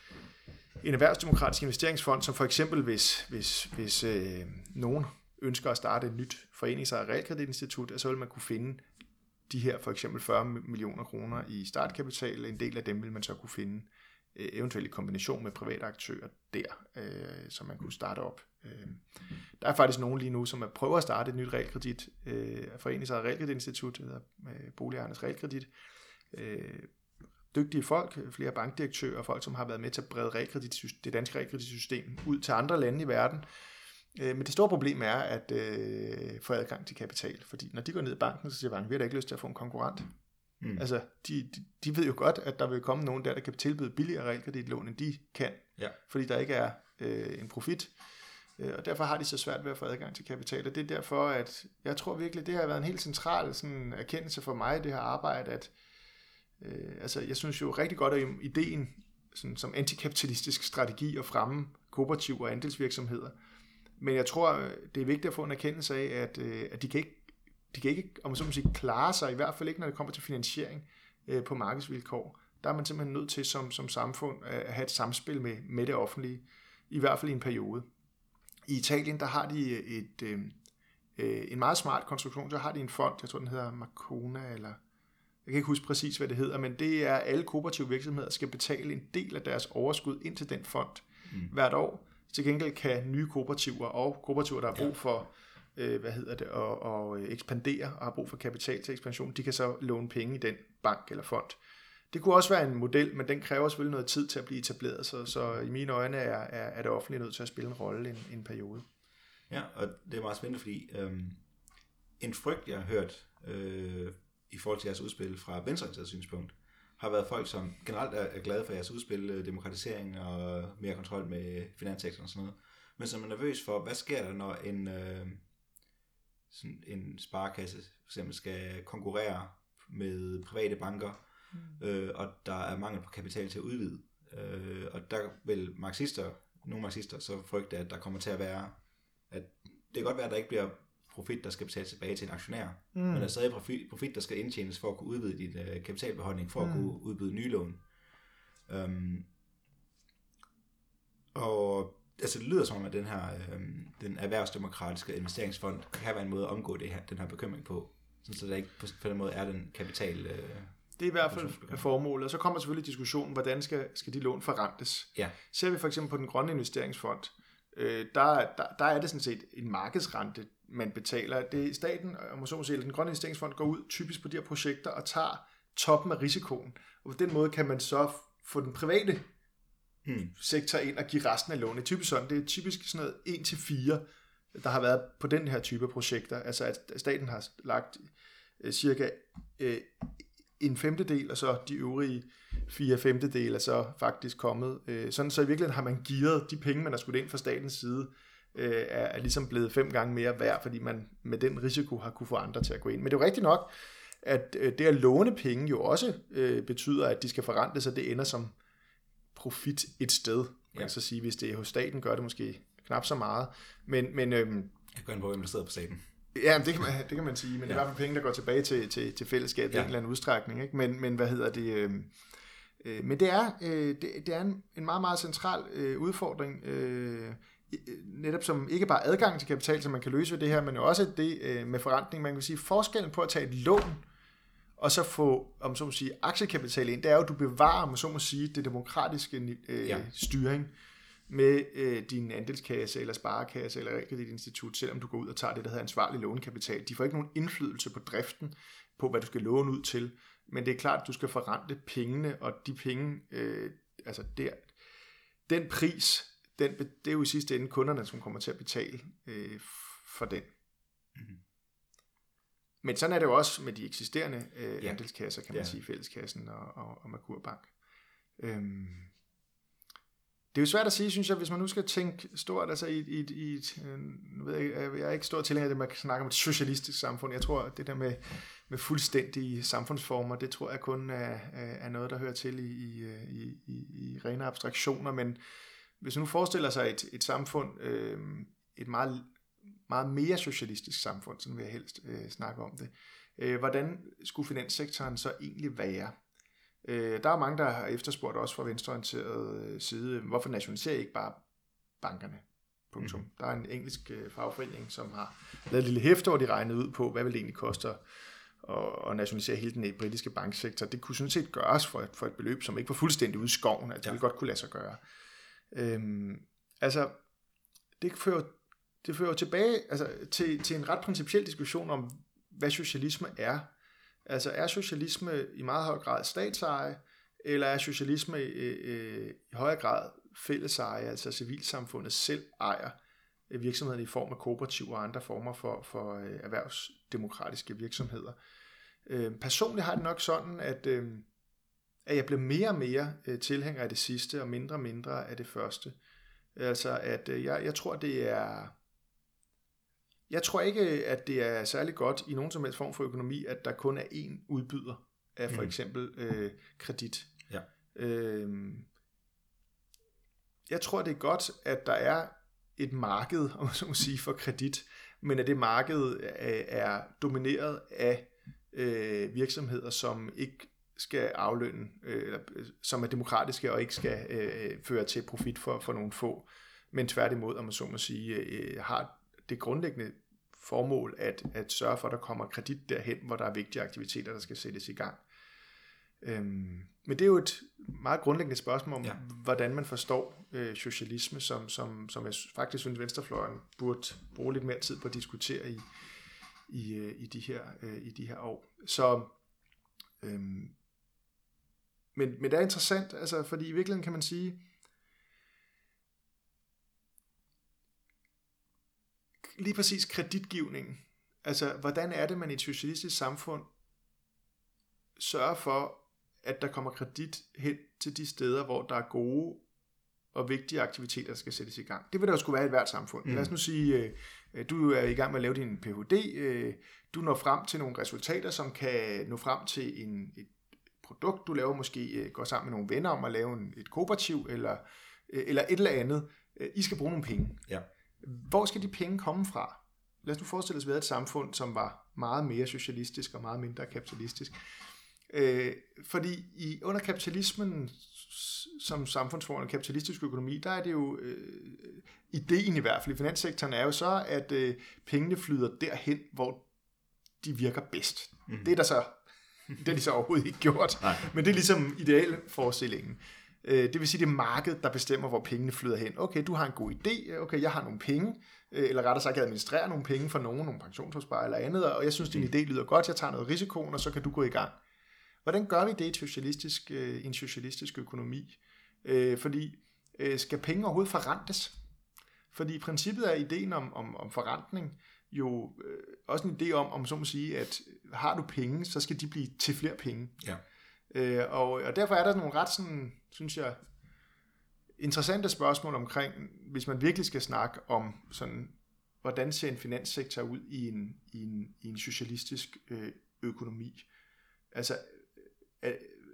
en erhvervsdemokratisk investeringsfond, som for eksempel, hvis, hvis, hvis øh, nogen ønsker at starte et nyt foreningsejet realkreditinstitut, så vil man kunne finde de her for eksempel fyrre millioner kroner i startkapital. En del af dem vil man så kunne finde øh, eventuelt i kombination med private aktører der, øh, som man kunne starte op. Der er faktisk nogen lige nu, som er prøver at starte et nyt realkredit, øh, foreningsejet realkreditinstitut, der hedder øh, Boligejernes Realkredit. Øh, dygtige folk, flere bankdirektører, folk, som har været med til at brede det danske realkreditsystem ud til andre lande i verden. Øh, men det store problem er at øh, få adgang til kapital, fordi når de går ned i banken, så siger banken, vi har da ikke lyst til at få en konkurrent. Mm. Altså, de, de, de ved jo godt, at der vil komme nogen der, der kan tilbyde billigere realkreditlån, end de kan, ja. Fordi der ikke er øh, en profit. Og derfor har de så svært ved at få adgang til kapital. Og det er derfor, at jeg tror virkelig, det har været en helt central sådan, erkendelse for mig, det her arbejde, at øh, altså, jeg synes jo rigtig godt, at ideen sådan, som antikapitalistisk strategi at fremme kooperativ og andelsvirksomheder. Men jeg tror, det er vigtigt at få en erkendelse af, at, øh, at de kan ikke, de kan ikke, om man så må sige, klare sig, i hvert fald ikke, når det kommer til finansiering øh, på markedsvilkår. Der er man simpelthen nødt til som, som samfund at have et samspil med, med det offentlige, i hvert fald i en periode. I Italien, der har de et, øh, en meget smart konstruktion, så har de en fond, jeg tror den hedder Marcona, eller jeg kan ikke huske præcis, hvad det hedder, men det er, alle kooperative virksomheder skal betale en del af deres overskud ind til den fond mm. hvert år. Til gengæld kan nye kooperativer og kooperativer, der har brug for øh, hvad hedder det, at, at ekspandere og har brug for kapital til ekspansion, de kan så låne penge i den bank eller fond. Det kunne også være en model, men den kræver selvfølgelig noget tid til at blive etableret, så, så i mine øjne er, er, er det offentligt nødt til at spille en rolle i en, en periode. Ja, og det er meget spændende, fordi øhm, en frygt, jeg har hørt øh, i forhold til jeres udspil fra venstreorienteret synspunkt, har været folk, som generelt er, er glade for jeres udspil, øh, demokratisering og mere kontrol med finanssektoren og sådan noget, men som er nervøs for, hvad sker der, når en, øh, sådan en sparekasse for eksempel skal konkurrere med private banker, Mm. Øh, og der er mangel på kapital til at udvide. Øh, og der vil marxister, nogle marxister, så frygte, at der kommer til at være, at det kan godt være, at der ikke bliver profit, der skal betales tilbage til en aktionær, mm. men der er stadig profit, profit, der skal indtjenes for at kunne udvide din uh, kapitalbeholdning, for mm. at kunne udbyde nye lån. Um, og altså, det lyder som om, at den her um, den erhvervsdemokratiske investeringsfond kan være en måde at omgå det her, den her bekymring på, så der ikke på, på den måde er den kapital... Uh, Det er i hvert fald formålet, og så kommer selvfølgelig diskussionen, hvordan skal, skal de lån forrentes. Ja. Ser vi for eksempel på den grønne investeringsfond, øh, der, der, der er det sådan set en markedsrente, man betaler. Det er staten, og må så må sige, den grønne investeringsfond går ud typisk på de her projekter og tager toppen af risikoen. Og på den måde kan man så få den private hmm. sektor ind og give resten af lånet. Typisk sådan, det er typisk sådan noget en til fire, der har været på den her type projekter. Altså at staten har lagt øh, cirka... Øh, en femtedel, og så de øvrige fire femtedel er så faktisk kommet. Sådan så i virkeligheden har man gearet de penge, man har skudt ind fra statens side, er ligesom blevet fem gange mere værd, fordi man med den risiko har kunne få andre til at gå ind. Men det er jo rigtigt nok, at det at låne penge jo også betyder, at de skal forrente sig, det ender som profit et sted. Man kan ja. så sige, hvis det er hos staten, gør det måske knap så meget. Men, men øhm, jeg gør en hvor investeret på staten. Ja, det kan man, det kan man sige, men ja. det er i hvert fald penge, der går tilbage til, til, til fællesskabet ja. i en eller anden udstrækning. Ikke? Men, men hvad hedder det? Øh, øh, men det er, øh, det, det er en, en meget, meget central øh, udfordring, øh, netop som ikke bare adgang til kapital, som man kan løse ved det her, men jo også det øh, med forrentning. Man kan sige, forskellen på at tage et lån, og så få, om så må sige, aktiekapital ind, det er jo, at du bevarer, om så må sige, det demokratiske øh, ja. styring med øh, din andelskasse eller sparekasse eller realkreditinstitut, selvom du går ud og tager det, der hedder ansvarlig lånekapital. De får ikke nogen indflydelse på driften, på hvad du skal låne ud til, men det er klart, at du skal forrente pengene, og de penge, øh, altså der, den pris, den, det er jo i sidste ende kunderne, som kommer til at betale øh, for den. Mm-hmm. Men sådan er det jo også med de eksisterende øh, ja. andelskasser, kan man ja. sige, Fælleskassen og, og, og Merkur Bank. Øhm, Det er jo svært at sige, synes jeg, hvis man nu skal tænke stort, altså i, i, i et, nu ved jeg, jeg er ikke stor tilhænger af det, man kan snakke om et socialistisk samfund. Jeg tror, at det der med, med fuldstændige samfundsformer, det tror jeg kun er, er noget, der hører til i, i, i, i rene abstraktioner. Men hvis man nu forestiller sig et, et samfund, øh, et meget, meget mere socialistisk samfund, sådan vil jeg helst øh, snakke om det, øh, hvordan skulle finanssektoren så egentlig være? Der er mange, der har efterspurgt også fra venstreorienteret side, hvorfor nationaliserer I ikke bare bankerne? Punktum. Mm. Der er en engelsk fagforening, som har lavet et lille hæfte, hvor de regnede ud på, hvad vil det egentlig koste at nationalisere hele den britiske banksektor. Det kunne sådan set gøres for et, for et beløb, som ikke var fuldstændig ude i skoven, at det ja. ville godt kunne lade sig gøre. Øhm, altså, det fører, det fører tilbage altså, til, til en ret principiel diskussion om, hvad socialisme er. Altså er socialisme i meget høj grad statseje, eller er socialisme i, i, i højere grad fælleseje, altså civilsamfundet selv ejer virksomheden i form af kooperativer og andre former for, for erhvervsdemokratiske virksomheder. Personligt har det nok sådan, at, at jeg bliver mere og mere tilhænger af det sidste, og mindre og mindre af det første. Altså, at øh, jeg, jeg tror, det er... Jeg tror ikke, at det er særlig godt i nogen som helst form for økonomi, at der kun er én udbyder af for eksempel øh, kredit. Ja. Øhm, jeg tror, det er godt, at der er et marked, om man så må sige, for kredit, men at det marked er domineret af øh, virksomheder, som ikke skal aflønne, øh, eller, som er demokratiske og ikke skal øh, føre til profit for, for nogle få, men tværtimod, om man så må sige, øh, har det grundlæggende formål at, at sørge for, at der kommer kredit derhen, hvor der er vigtige aktiviteter, der skal sættes i gang. Øhm, men det er jo et meget grundlæggende spørgsmål om, ja. hvordan man forstår øh, socialisme, som, som, som jeg faktisk synes, venstrefløjen burde bruge lidt mere tid på at diskutere i, i, øh, i, de, her, øh, i de her år. Så, øhm, men, men det er interessant, altså, fordi i virkeligheden kan man sige, lige præcis kreditgivningen, altså hvordan er det, man i et socialistisk samfund sørger for, at der kommer kredit hen til de steder, hvor der er gode og vigtige aktiviteter, der skal sættes i gang. Det vil der jo skulle være i hvert samfund. Mm. Lad os nu sige, du er i gang med at lave din P H D, du når frem til nogle resultater, som kan nå frem til en, et produkt, du laver måske, går sammen med nogle venner om at lave en, et kooperativ, eller, eller et eller andet. I skal bruge nogle penge. Ja. Hvor skal de penge komme fra? Lad os nu forestille os, at vi havde et samfund, som var meget mere socialistisk og meget mindre kapitalistisk. Øh, fordi i, under kapitalismen som samfundsform og kapitalistisk økonomi, der er det jo, øh, ideen i hvert fald i finanssektoren er jo så, at øh, pengene flyder derhen, hvor de virker bedst. Mm. Det er der så, det er de så overhovedet ikke gjort, Nej. Men det er ligesom idealforestillingen. Øh, det vil sige, det er markedet, der bestemmer, hvor pengene flyder hen. Okay, du har en god idé, okay, jeg har nogle penge, øh, eller rettere sagt, jeg administrerer nogle penge for nogen, nogle pensionsopsparer eller andet, og jeg synes, din idé lyder godt, jeg tager noget risiko, og så kan du gå i gang. Hvordan gør vi det i et socialistisk, øh, en socialistisk økonomi? Øh, fordi øh, skal penge overhovedet forrentes? Fordi princippet er ideen om, om, om forrentning jo øh, også en idé om, om så må sige, at har du penge, så skal de blive til flere penge. Ja. Øh, og, og derfor er der nogle ret sådan, synes jeg, interessante spørgsmål omkring, hvis man virkelig skal snakke om sådan, hvordan ser en finanssektor ud i en, i en, i en socialistisk øh, økonomi. Altså, øh,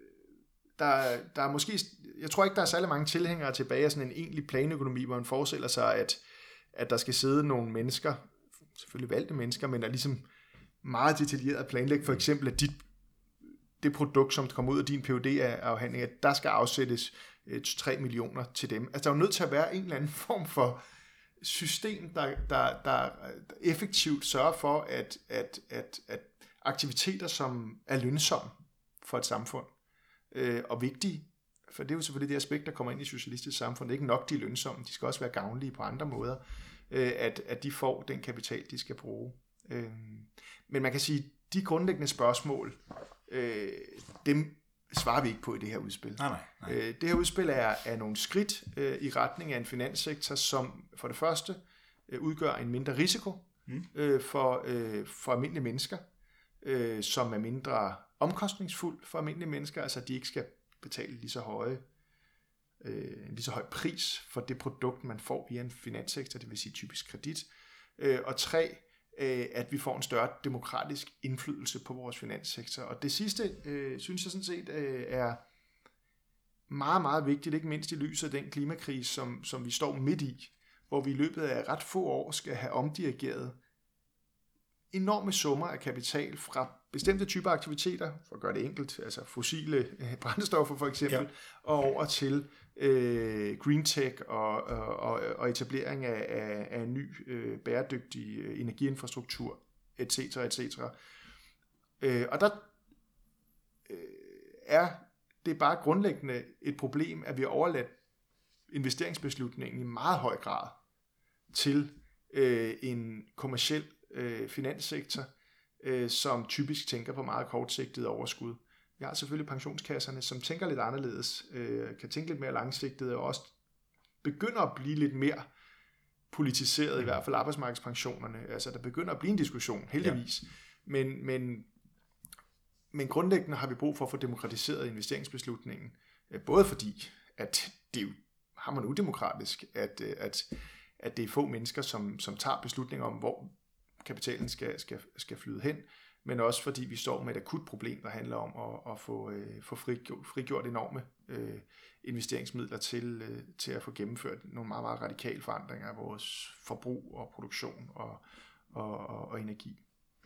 der, der er måske, jeg tror ikke, der er særlig mange tilhængere tilbage af sådan en egentlig planøkonomi, hvor man forestiller sig, at, at der skal sidde nogle mennesker, selvfølgelig valgte mennesker, men der er ligesom meget detaljeret planlægge, for eksempel, at dit det produkt, som kommer ud af din P H D-afhandling, at der skal afsættes tre millioner til dem. Altså, der er jo nødt til at være en eller anden form for system, der, der, der effektivt sørger for, at, at, at, at aktiviteter, som er lønsomme for et samfund, øh, og vigtige, for det er jo selvfølgelig det aspekt, der kommer ind i socialistisk samfund. Det er ikke nok, de er lønsomme, de skal også være gavnlige på andre måder, øh, at, at de får den kapital, de skal bruge. Øh, men man kan sige, de grundlæggende spørgsmål, øh, dem svarer vi ikke på i det her udspil. Nej, nej, nej. Øh, det her udspil er, er nogle skridt øh, i retning af en finanssektor, som for det første øh, udgør en mindre risiko mm. øh, for, øh, for almindelige mennesker, øh, som er mindre omkostningsfuld for almindelige mennesker, altså at de ikke skal betale lige så høje, øh, en lige så høj pris for det produkt, man får via en finanssektor, det vil sige typisk kredit. Øh, og tre, at vi får en større demokratisk indflydelse på vores finanssektor. Og det sidste, øh, synes jeg sådan set, øh, er meget, meget vigtigt, ikke mindst i lyset af den klimakrise, som, som vi står midt i, hvor vi i løbet af ret få år skal have omdirigeret enorme summer af kapital fra bestemte typer aktiviteter, for at gøre det enkelt, altså fossile brændstoffer for eksempel, ja. Og over til øh, green tech og, og, og etablering af, af, af en ny øh, bæredygtig energiinfrastruktur, et cetera, et cetera. Øh, og der øh, er det bare grundlæggende et problem, at vi har overladt investeringsbeslutningen i meget høj grad til øh, en kommerciel øh, finanssektor, øh, som typisk tænker på meget kortsigtet overskud. Vi har selvfølgelig pensionskasserne, som tænker lidt anderledes, øh, kan tænke lidt mere langsigtet, og også begynder at blive lidt mere politiseret, mm. i hvert fald arbejdsmarkedspensionerne. Altså, der begynder at blive en diskussion, heldigvis. Ja. Men, men, men grundlæggende har vi brug for at få demokratiseret investeringsbeslutningen, øh, både fordi, at det jo har man udemokratisk, at, at, at det er få mennesker, som, som tager beslutninger om, hvor kapitalen skal, skal, skal flyde hen, men også fordi vi står med et akut problem, der handler om at, at få, øh, få frigjort, frigjort enorme øh, investeringsmidler til, øh, til at få gennemført nogle meget, meget radikale forandringer af vores forbrug og produktion og, og, og, og energi.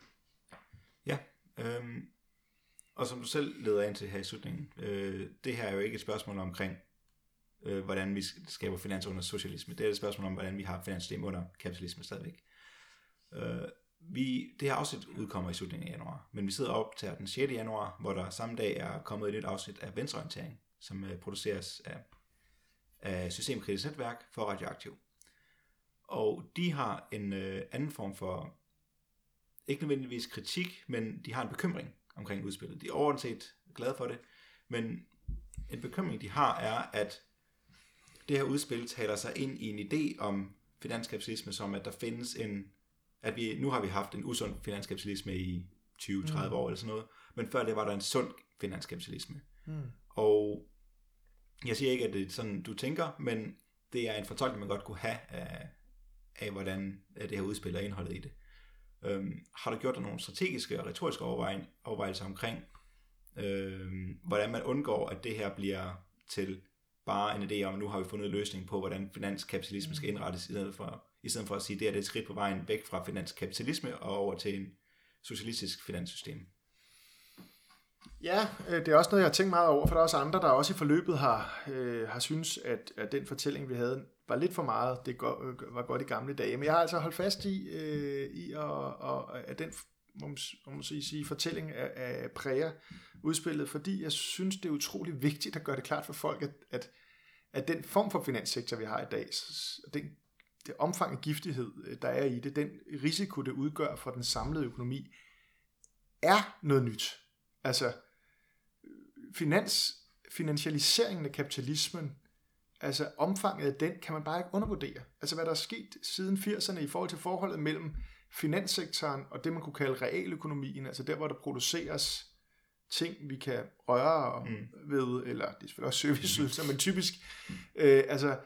Ja, øhm, og som du selv leder ind til her i slutningen, øh, det her er jo ikke et spørgsmål omkring, øh, hvordan vi skaber finans under socialisme. Det er et spørgsmål om, hvordan vi har finanssystem under kapitalisme stadigvæk. Øh, vi, det her afsnit udkommer i slutningen af januar, men vi sidder op til den sjette januar, hvor der samme dag er kommet et nyt afsnit af Venstreorientering, som øh, produceres af, af Systemkritisk Netværk for Radioaktiv. Og de har en øh, anden form for, ikke nødvendigvis kritik, men de har en bekymring omkring udspillet. De er overordnet set glade for det, men en bekymring, de har, er, at det her udspil taler sig ind i en idé om finanskapitalisme, som at der findes en, at vi, nu har vi haft en usund finanskapitalisme i tyve til tredive mm. år eller sådan noget, men før det var der en sund finanskapitalisme. Mm. Og jeg siger ikke, at det er sådan, du tænker, men det er en fortolkning, man godt kunne have af, af hvordan det her udspil er indholdet i det. Øhm, har du gjort dig nogle strategiske og retoriske overvejelser omkring, øhm, hvordan man undgår, at det her bliver til bare en idé om, nu har vi fundet en løsning på, hvordan finanskapitalisme skal indrettes, i stedet for, i stedet for at sige, at det er et skridt på vejen væk fra finanskapitalisme og over til en socialistisk finanssystem? Ja, det er også noget, jeg har tænkt meget over, for der er også andre, der også i forløbet har, øh, har synes, at, at den fortælling, vi havde, var lidt for meget. Det var godt i gamle dage. Men jeg har altså holdt fast i, øh, i at, og, at den må man, må man sige, fortælling af, af præger udspillet, fordi jeg synes, det er utrolig vigtigt at gøre det klart for folk, at, at, at den form for finanssektor, vi har i dag, den, det omfang af giftighed, der er i det, den risiko, det udgør for den samlede økonomi, er noget nyt. Altså, finans, finansialiseringen af kapitalismen, altså omfanget af den, kan man bare ikke undervurdere. Altså hvad der er sket siden firserne i forhold til forholdet mellem finanssektoren og det, man kunne kalde realøkonomien, altså der, hvor der produceres ting, vi kan røre mm. ved, eller det er selvfølgelig også serviceydelser, mm. men typisk øh, altså,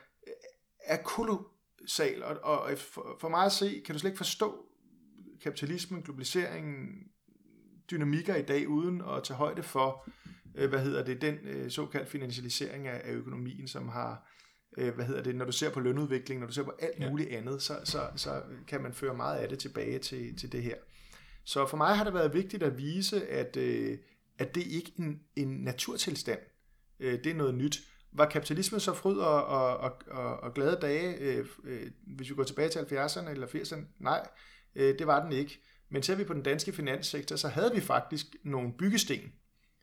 er kolossal. Og, og for, for mig at se, kan du slet ikke forstå kapitalismen, globaliseringen, dynamikker i dag, uden at tage højde for, øh, hvad hedder det, den øh, såkaldt finansialisering af, af økonomien, som har, øh, hvad hedder det, når du ser på lønudvikling, når du ser på alt ja. muligt andet, så, så, så kan man føre meget af det tilbage til, til det her. Så for mig har det været vigtigt at vise, at, øh, at det ikke er en, en naturtilstand. Øh, det er noget nyt. Var kapitalismen så fryd og, og, og, og, og glade dage, øh, øh, hvis vi går tilbage til halvfjerdserne eller firserne? Nej, øh, det var den ikke. Men ser vi på den danske finanssektor, så havde vi faktisk nogle byggesten,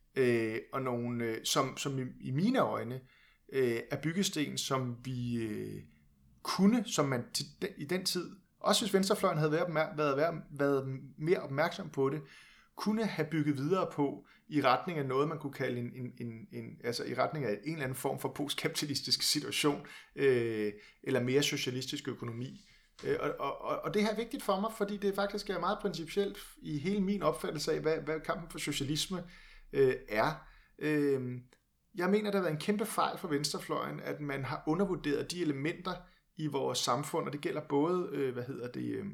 øh, og nogle, øh, som, som i, i mine øjne øh, er byggesten, som vi øh, kunne, som man til den, i den tid, også hvis venstrefløjen havde været, været, været, været mere opmærksom på det, kunne have bygget videre på i retning af noget, man kunne kalde en, en, en, en altså i retning af en eller anden form for postkapitalistisk situation, øh, eller mere socialistisk økonomi. Og, og, og det her er vigtigt for mig, fordi det faktisk er meget principielt i hele min opfattelse af, hvad, hvad kampen for socialisme øh, er. Øh, jeg mener, der har været en kæmpe fejl for venstrefløjen, at man har undervurderet de elementer i vores samfund, og det gælder både, øh, hvad hedder det, øh,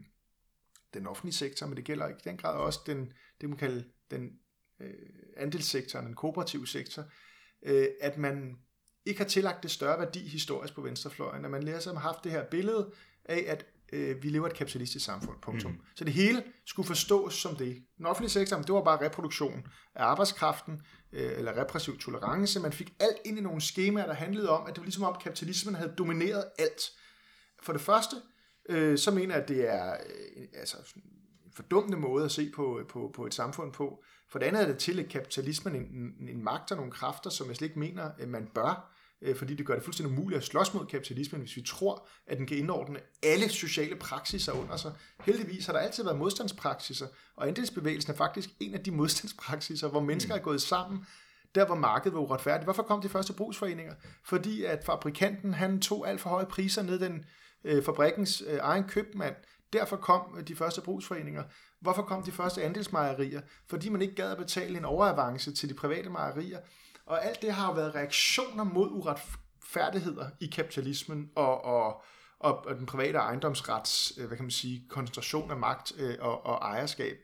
den offentlige sektor, men det gælder i den grad også den, det man kalder den øh, andelssektor, den kooperative sektor, øh, at man ikke har tillagt det større værdi historisk på venstrefløjen, at man læser har haft det her billede af, at øh, vi lever i et kapitalistisk samfund, punktum. Mm. Så det hele skulle forstås som det. Den offentlige sektor, det var bare reproduktion af arbejdskraften, øh, eller repressiv tolerance. Man fik alt ind i nogle skemaer, der handlede om, at det var ligesom om kapitalismen havde domineret alt. For det første, øh, så mener jeg, at det er øh, altså, en fordummende måde at se på, på, på et samfund på. For det andet er det til, at kapitalismen en, en, en magt og nogle kræfter, som jeg slet ikke mener, at man bør, fordi det gør det fuldstændig umuligt at slås mod kapitalismen, hvis vi tror, at den kan indordne alle sociale praksiser under sig. Heldigvis har der altid været modstandspraksiser, og andelsbevægelsen er faktisk en af de modstandspraksiser, hvor mennesker mm. er gået sammen, der hvor markedet var uretfærdigt. Hvorfor kom de første brugsforeninger? Fordi at fabrikanten, han tog alt for høje priser ned den øh, fabrikkens øh, egen købmand. Derfor kom de første brugsforeninger. Hvorfor kom de første andelsmejerier? Fordi man ikke gad at betale en overavance til de private mejerier. Og alt det har jo været reaktioner mod færdigheder i kapitalismen og, og, og, og den private ejendomsrets, hvad kan man sige, koncentration af magt og, og ejerskab.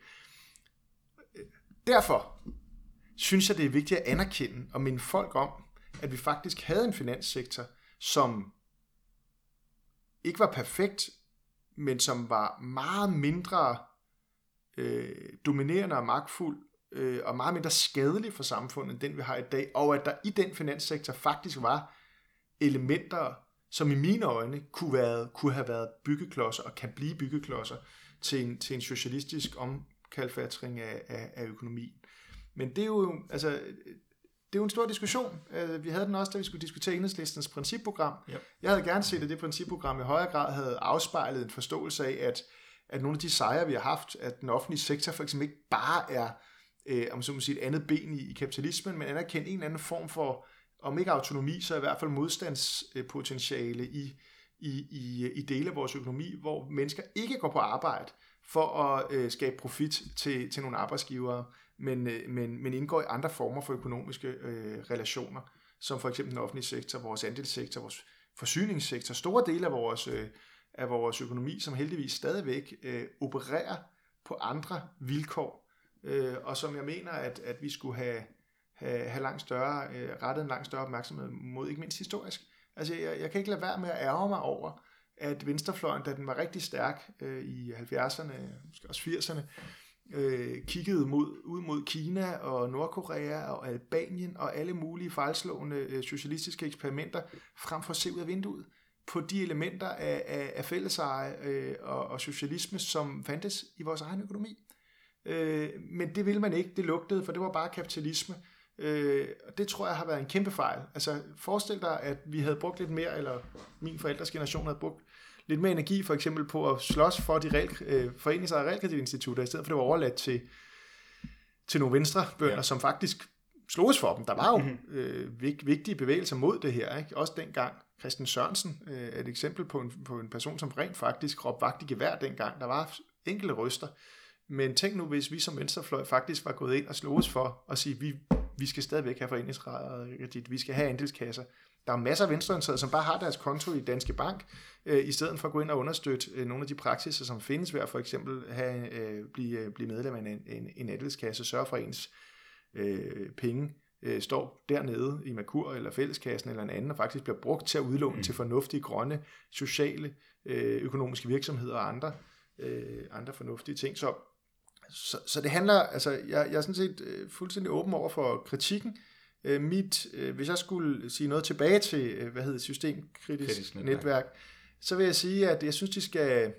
Derfor synes jeg, det er vigtigt at anerkende og minde folk om, at vi faktisk havde en finanssektor, som ikke var perfekt, men som var meget mindre øh, dominerende og magtfuld, øh, og meget mindre skadelig for samfundet, end den vi har i dag, og at der i den finanssektor faktisk var elementer, som i mine øjne kunne, være, kunne have været byggeklodser, og kan blive byggeklodser til en, til en socialistisk omkalfatring af, af, af økonomien. Men det er jo, altså, det er jo en stor diskussion. Vi havde den også, da vi skulle diskutere Enhedslistens principprogram. Yep. Jeg havde gerne set, at det principprogram i højere grad havde afspejlet en forståelse af, at, at nogle af de sejre, vi har haft, at den offentlige sektor for eksempel ikke bare er øh, om så må sige, et andet ben i, i kapitalismen, men anerkendt en eller anden form for, om ikke autonomi, så i hvert fald modstandspotentiale i, i, i, i dele af vores økonomi, hvor mennesker ikke går på arbejde for at øh, skabe profit til, til nogle arbejdsgivere, men, øh, men, men indgår i andre former for økonomiske øh, relationer, som for eksempel den offentlige sektor, vores andelssektor, vores forsyningssektor, store dele af vores, øh, af vores økonomi, som heldigvis stadigvæk øh, opererer på andre vilkår, øh, og som jeg mener, at, at vi skulle have, have, have langt større, øh, rettet en langt større opmærksomhed mod, ikke mindst historisk. Altså, jeg, jeg kan ikke lade være med at ærge mig over, at venstrefløjen, da den var rigtig stærk øh, i halvfjerdserne, måske også firserne, øh, kiggede mod, ud mod Kina og Nordkorea og Albanien og alle mulige fejlslående øh, socialistiske eksperimenter, frem for at se ud af vinduet på de elementer af, af, af fælleseje øh, og, og socialisme, som fandtes i vores egen økonomi. Øh, men det ville man ikke, det lugtede, for det var bare kapitalisme. Øh, og det tror jeg har været en kæmpe fejl. Altså forestil dig, at vi havde brugt lidt mere, eller min forældres generation havde brugt lidt mere energi for eksempel på at slås for de real, øh, foreningsejede realkreditinstitutter, i stedet for det var overladt til, til nogle venstrebønder, ja. Som faktisk sloges for dem. Der var jo øh, vigtige bevægelser mod det her. Ikke? Også dengang Christen Sørensen øh, er et eksempel på en, på en person, som rent faktisk råbte vagt i gevær dengang. Der var enkelte røster. Men tænk nu, hvis vi som venstrefløj faktisk var gået ind og sloges for at sige, vi, vi skal stadigvæk have foreningskredit, vi skal have andelskasser. Der er masser af venstreorienterede, som bare har deres konto i Danske Bank, øh, i stedet for at gå ind og understøtte øh, nogle af de praksiser, som findes ved at for eksempel have, øh, blive, blive medlem af en, en, en andelskasse, sørge for ens øh, penge øh, står dernede i Merkur eller fælleskassen eller en anden, og faktisk bliver brugt til at udlåne mm. til fornuftige, grønne, sociale, øh, økonomiske virksomheder og andre, øh, andre fornuftige ting. Så, så, så det handler, altså jeg, jeg er sådan set øh, fuldstændig åben over for kritikken. Øh, mit, øh, hvis jeg skulle sige noget tilbage til, øh, hvad hedder systemkritisk netværk. netværk, så vil jeg sige, at jeg synes, de skal,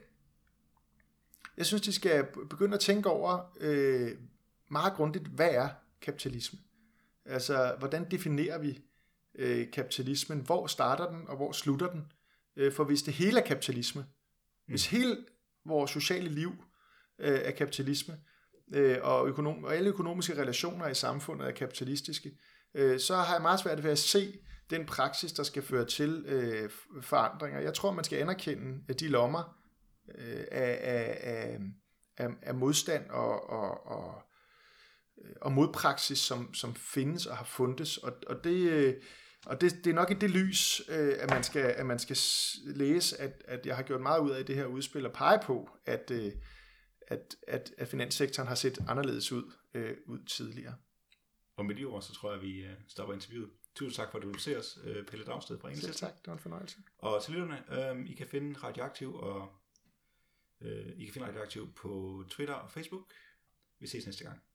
jeg synes, de skal begynde at tænke over øh, meget grundigt, hvad er kapitalisme? Altså, hvordan definerer vi øh, kapitalismen? Hvor starter den, og hvor slutter den? Øh, for hvis det hele er kapitalisme, mm. hvis hele vores sociale liv øh, er kapitalisme, øh, og, økonom- og alle økonomiske relationer i samfundet er kapitalistiske, øh, så har jeg meget svært ved at se den praksis, der skal føre til øh, forandringer. Jeg tror, man skal anerkende de lommer øh, af, af, af, af modstand og, og, og og modpraksis, som, som findes og har fundets, og, og, det, og det, det er nok i det lys, at man skal, at man skal læse, at, at jeg har gjort meget ud af det her udspil og pege på, at, at, at, at finanssektoren har set anderledes ud, øh, ud tidligere. Og med de ord, så tror jeg, at vi stopper interviewet. Tusind tak for, at du vil se os, Pelle Dragsted fra Enhedslisten. Selv tak, det var en fornøjelse. Og til lytterne, øh, I kan finde Radioaktiv, og øh, I kan finde Radioaktiv på Twitter og Facebook. Vi ses næste gang.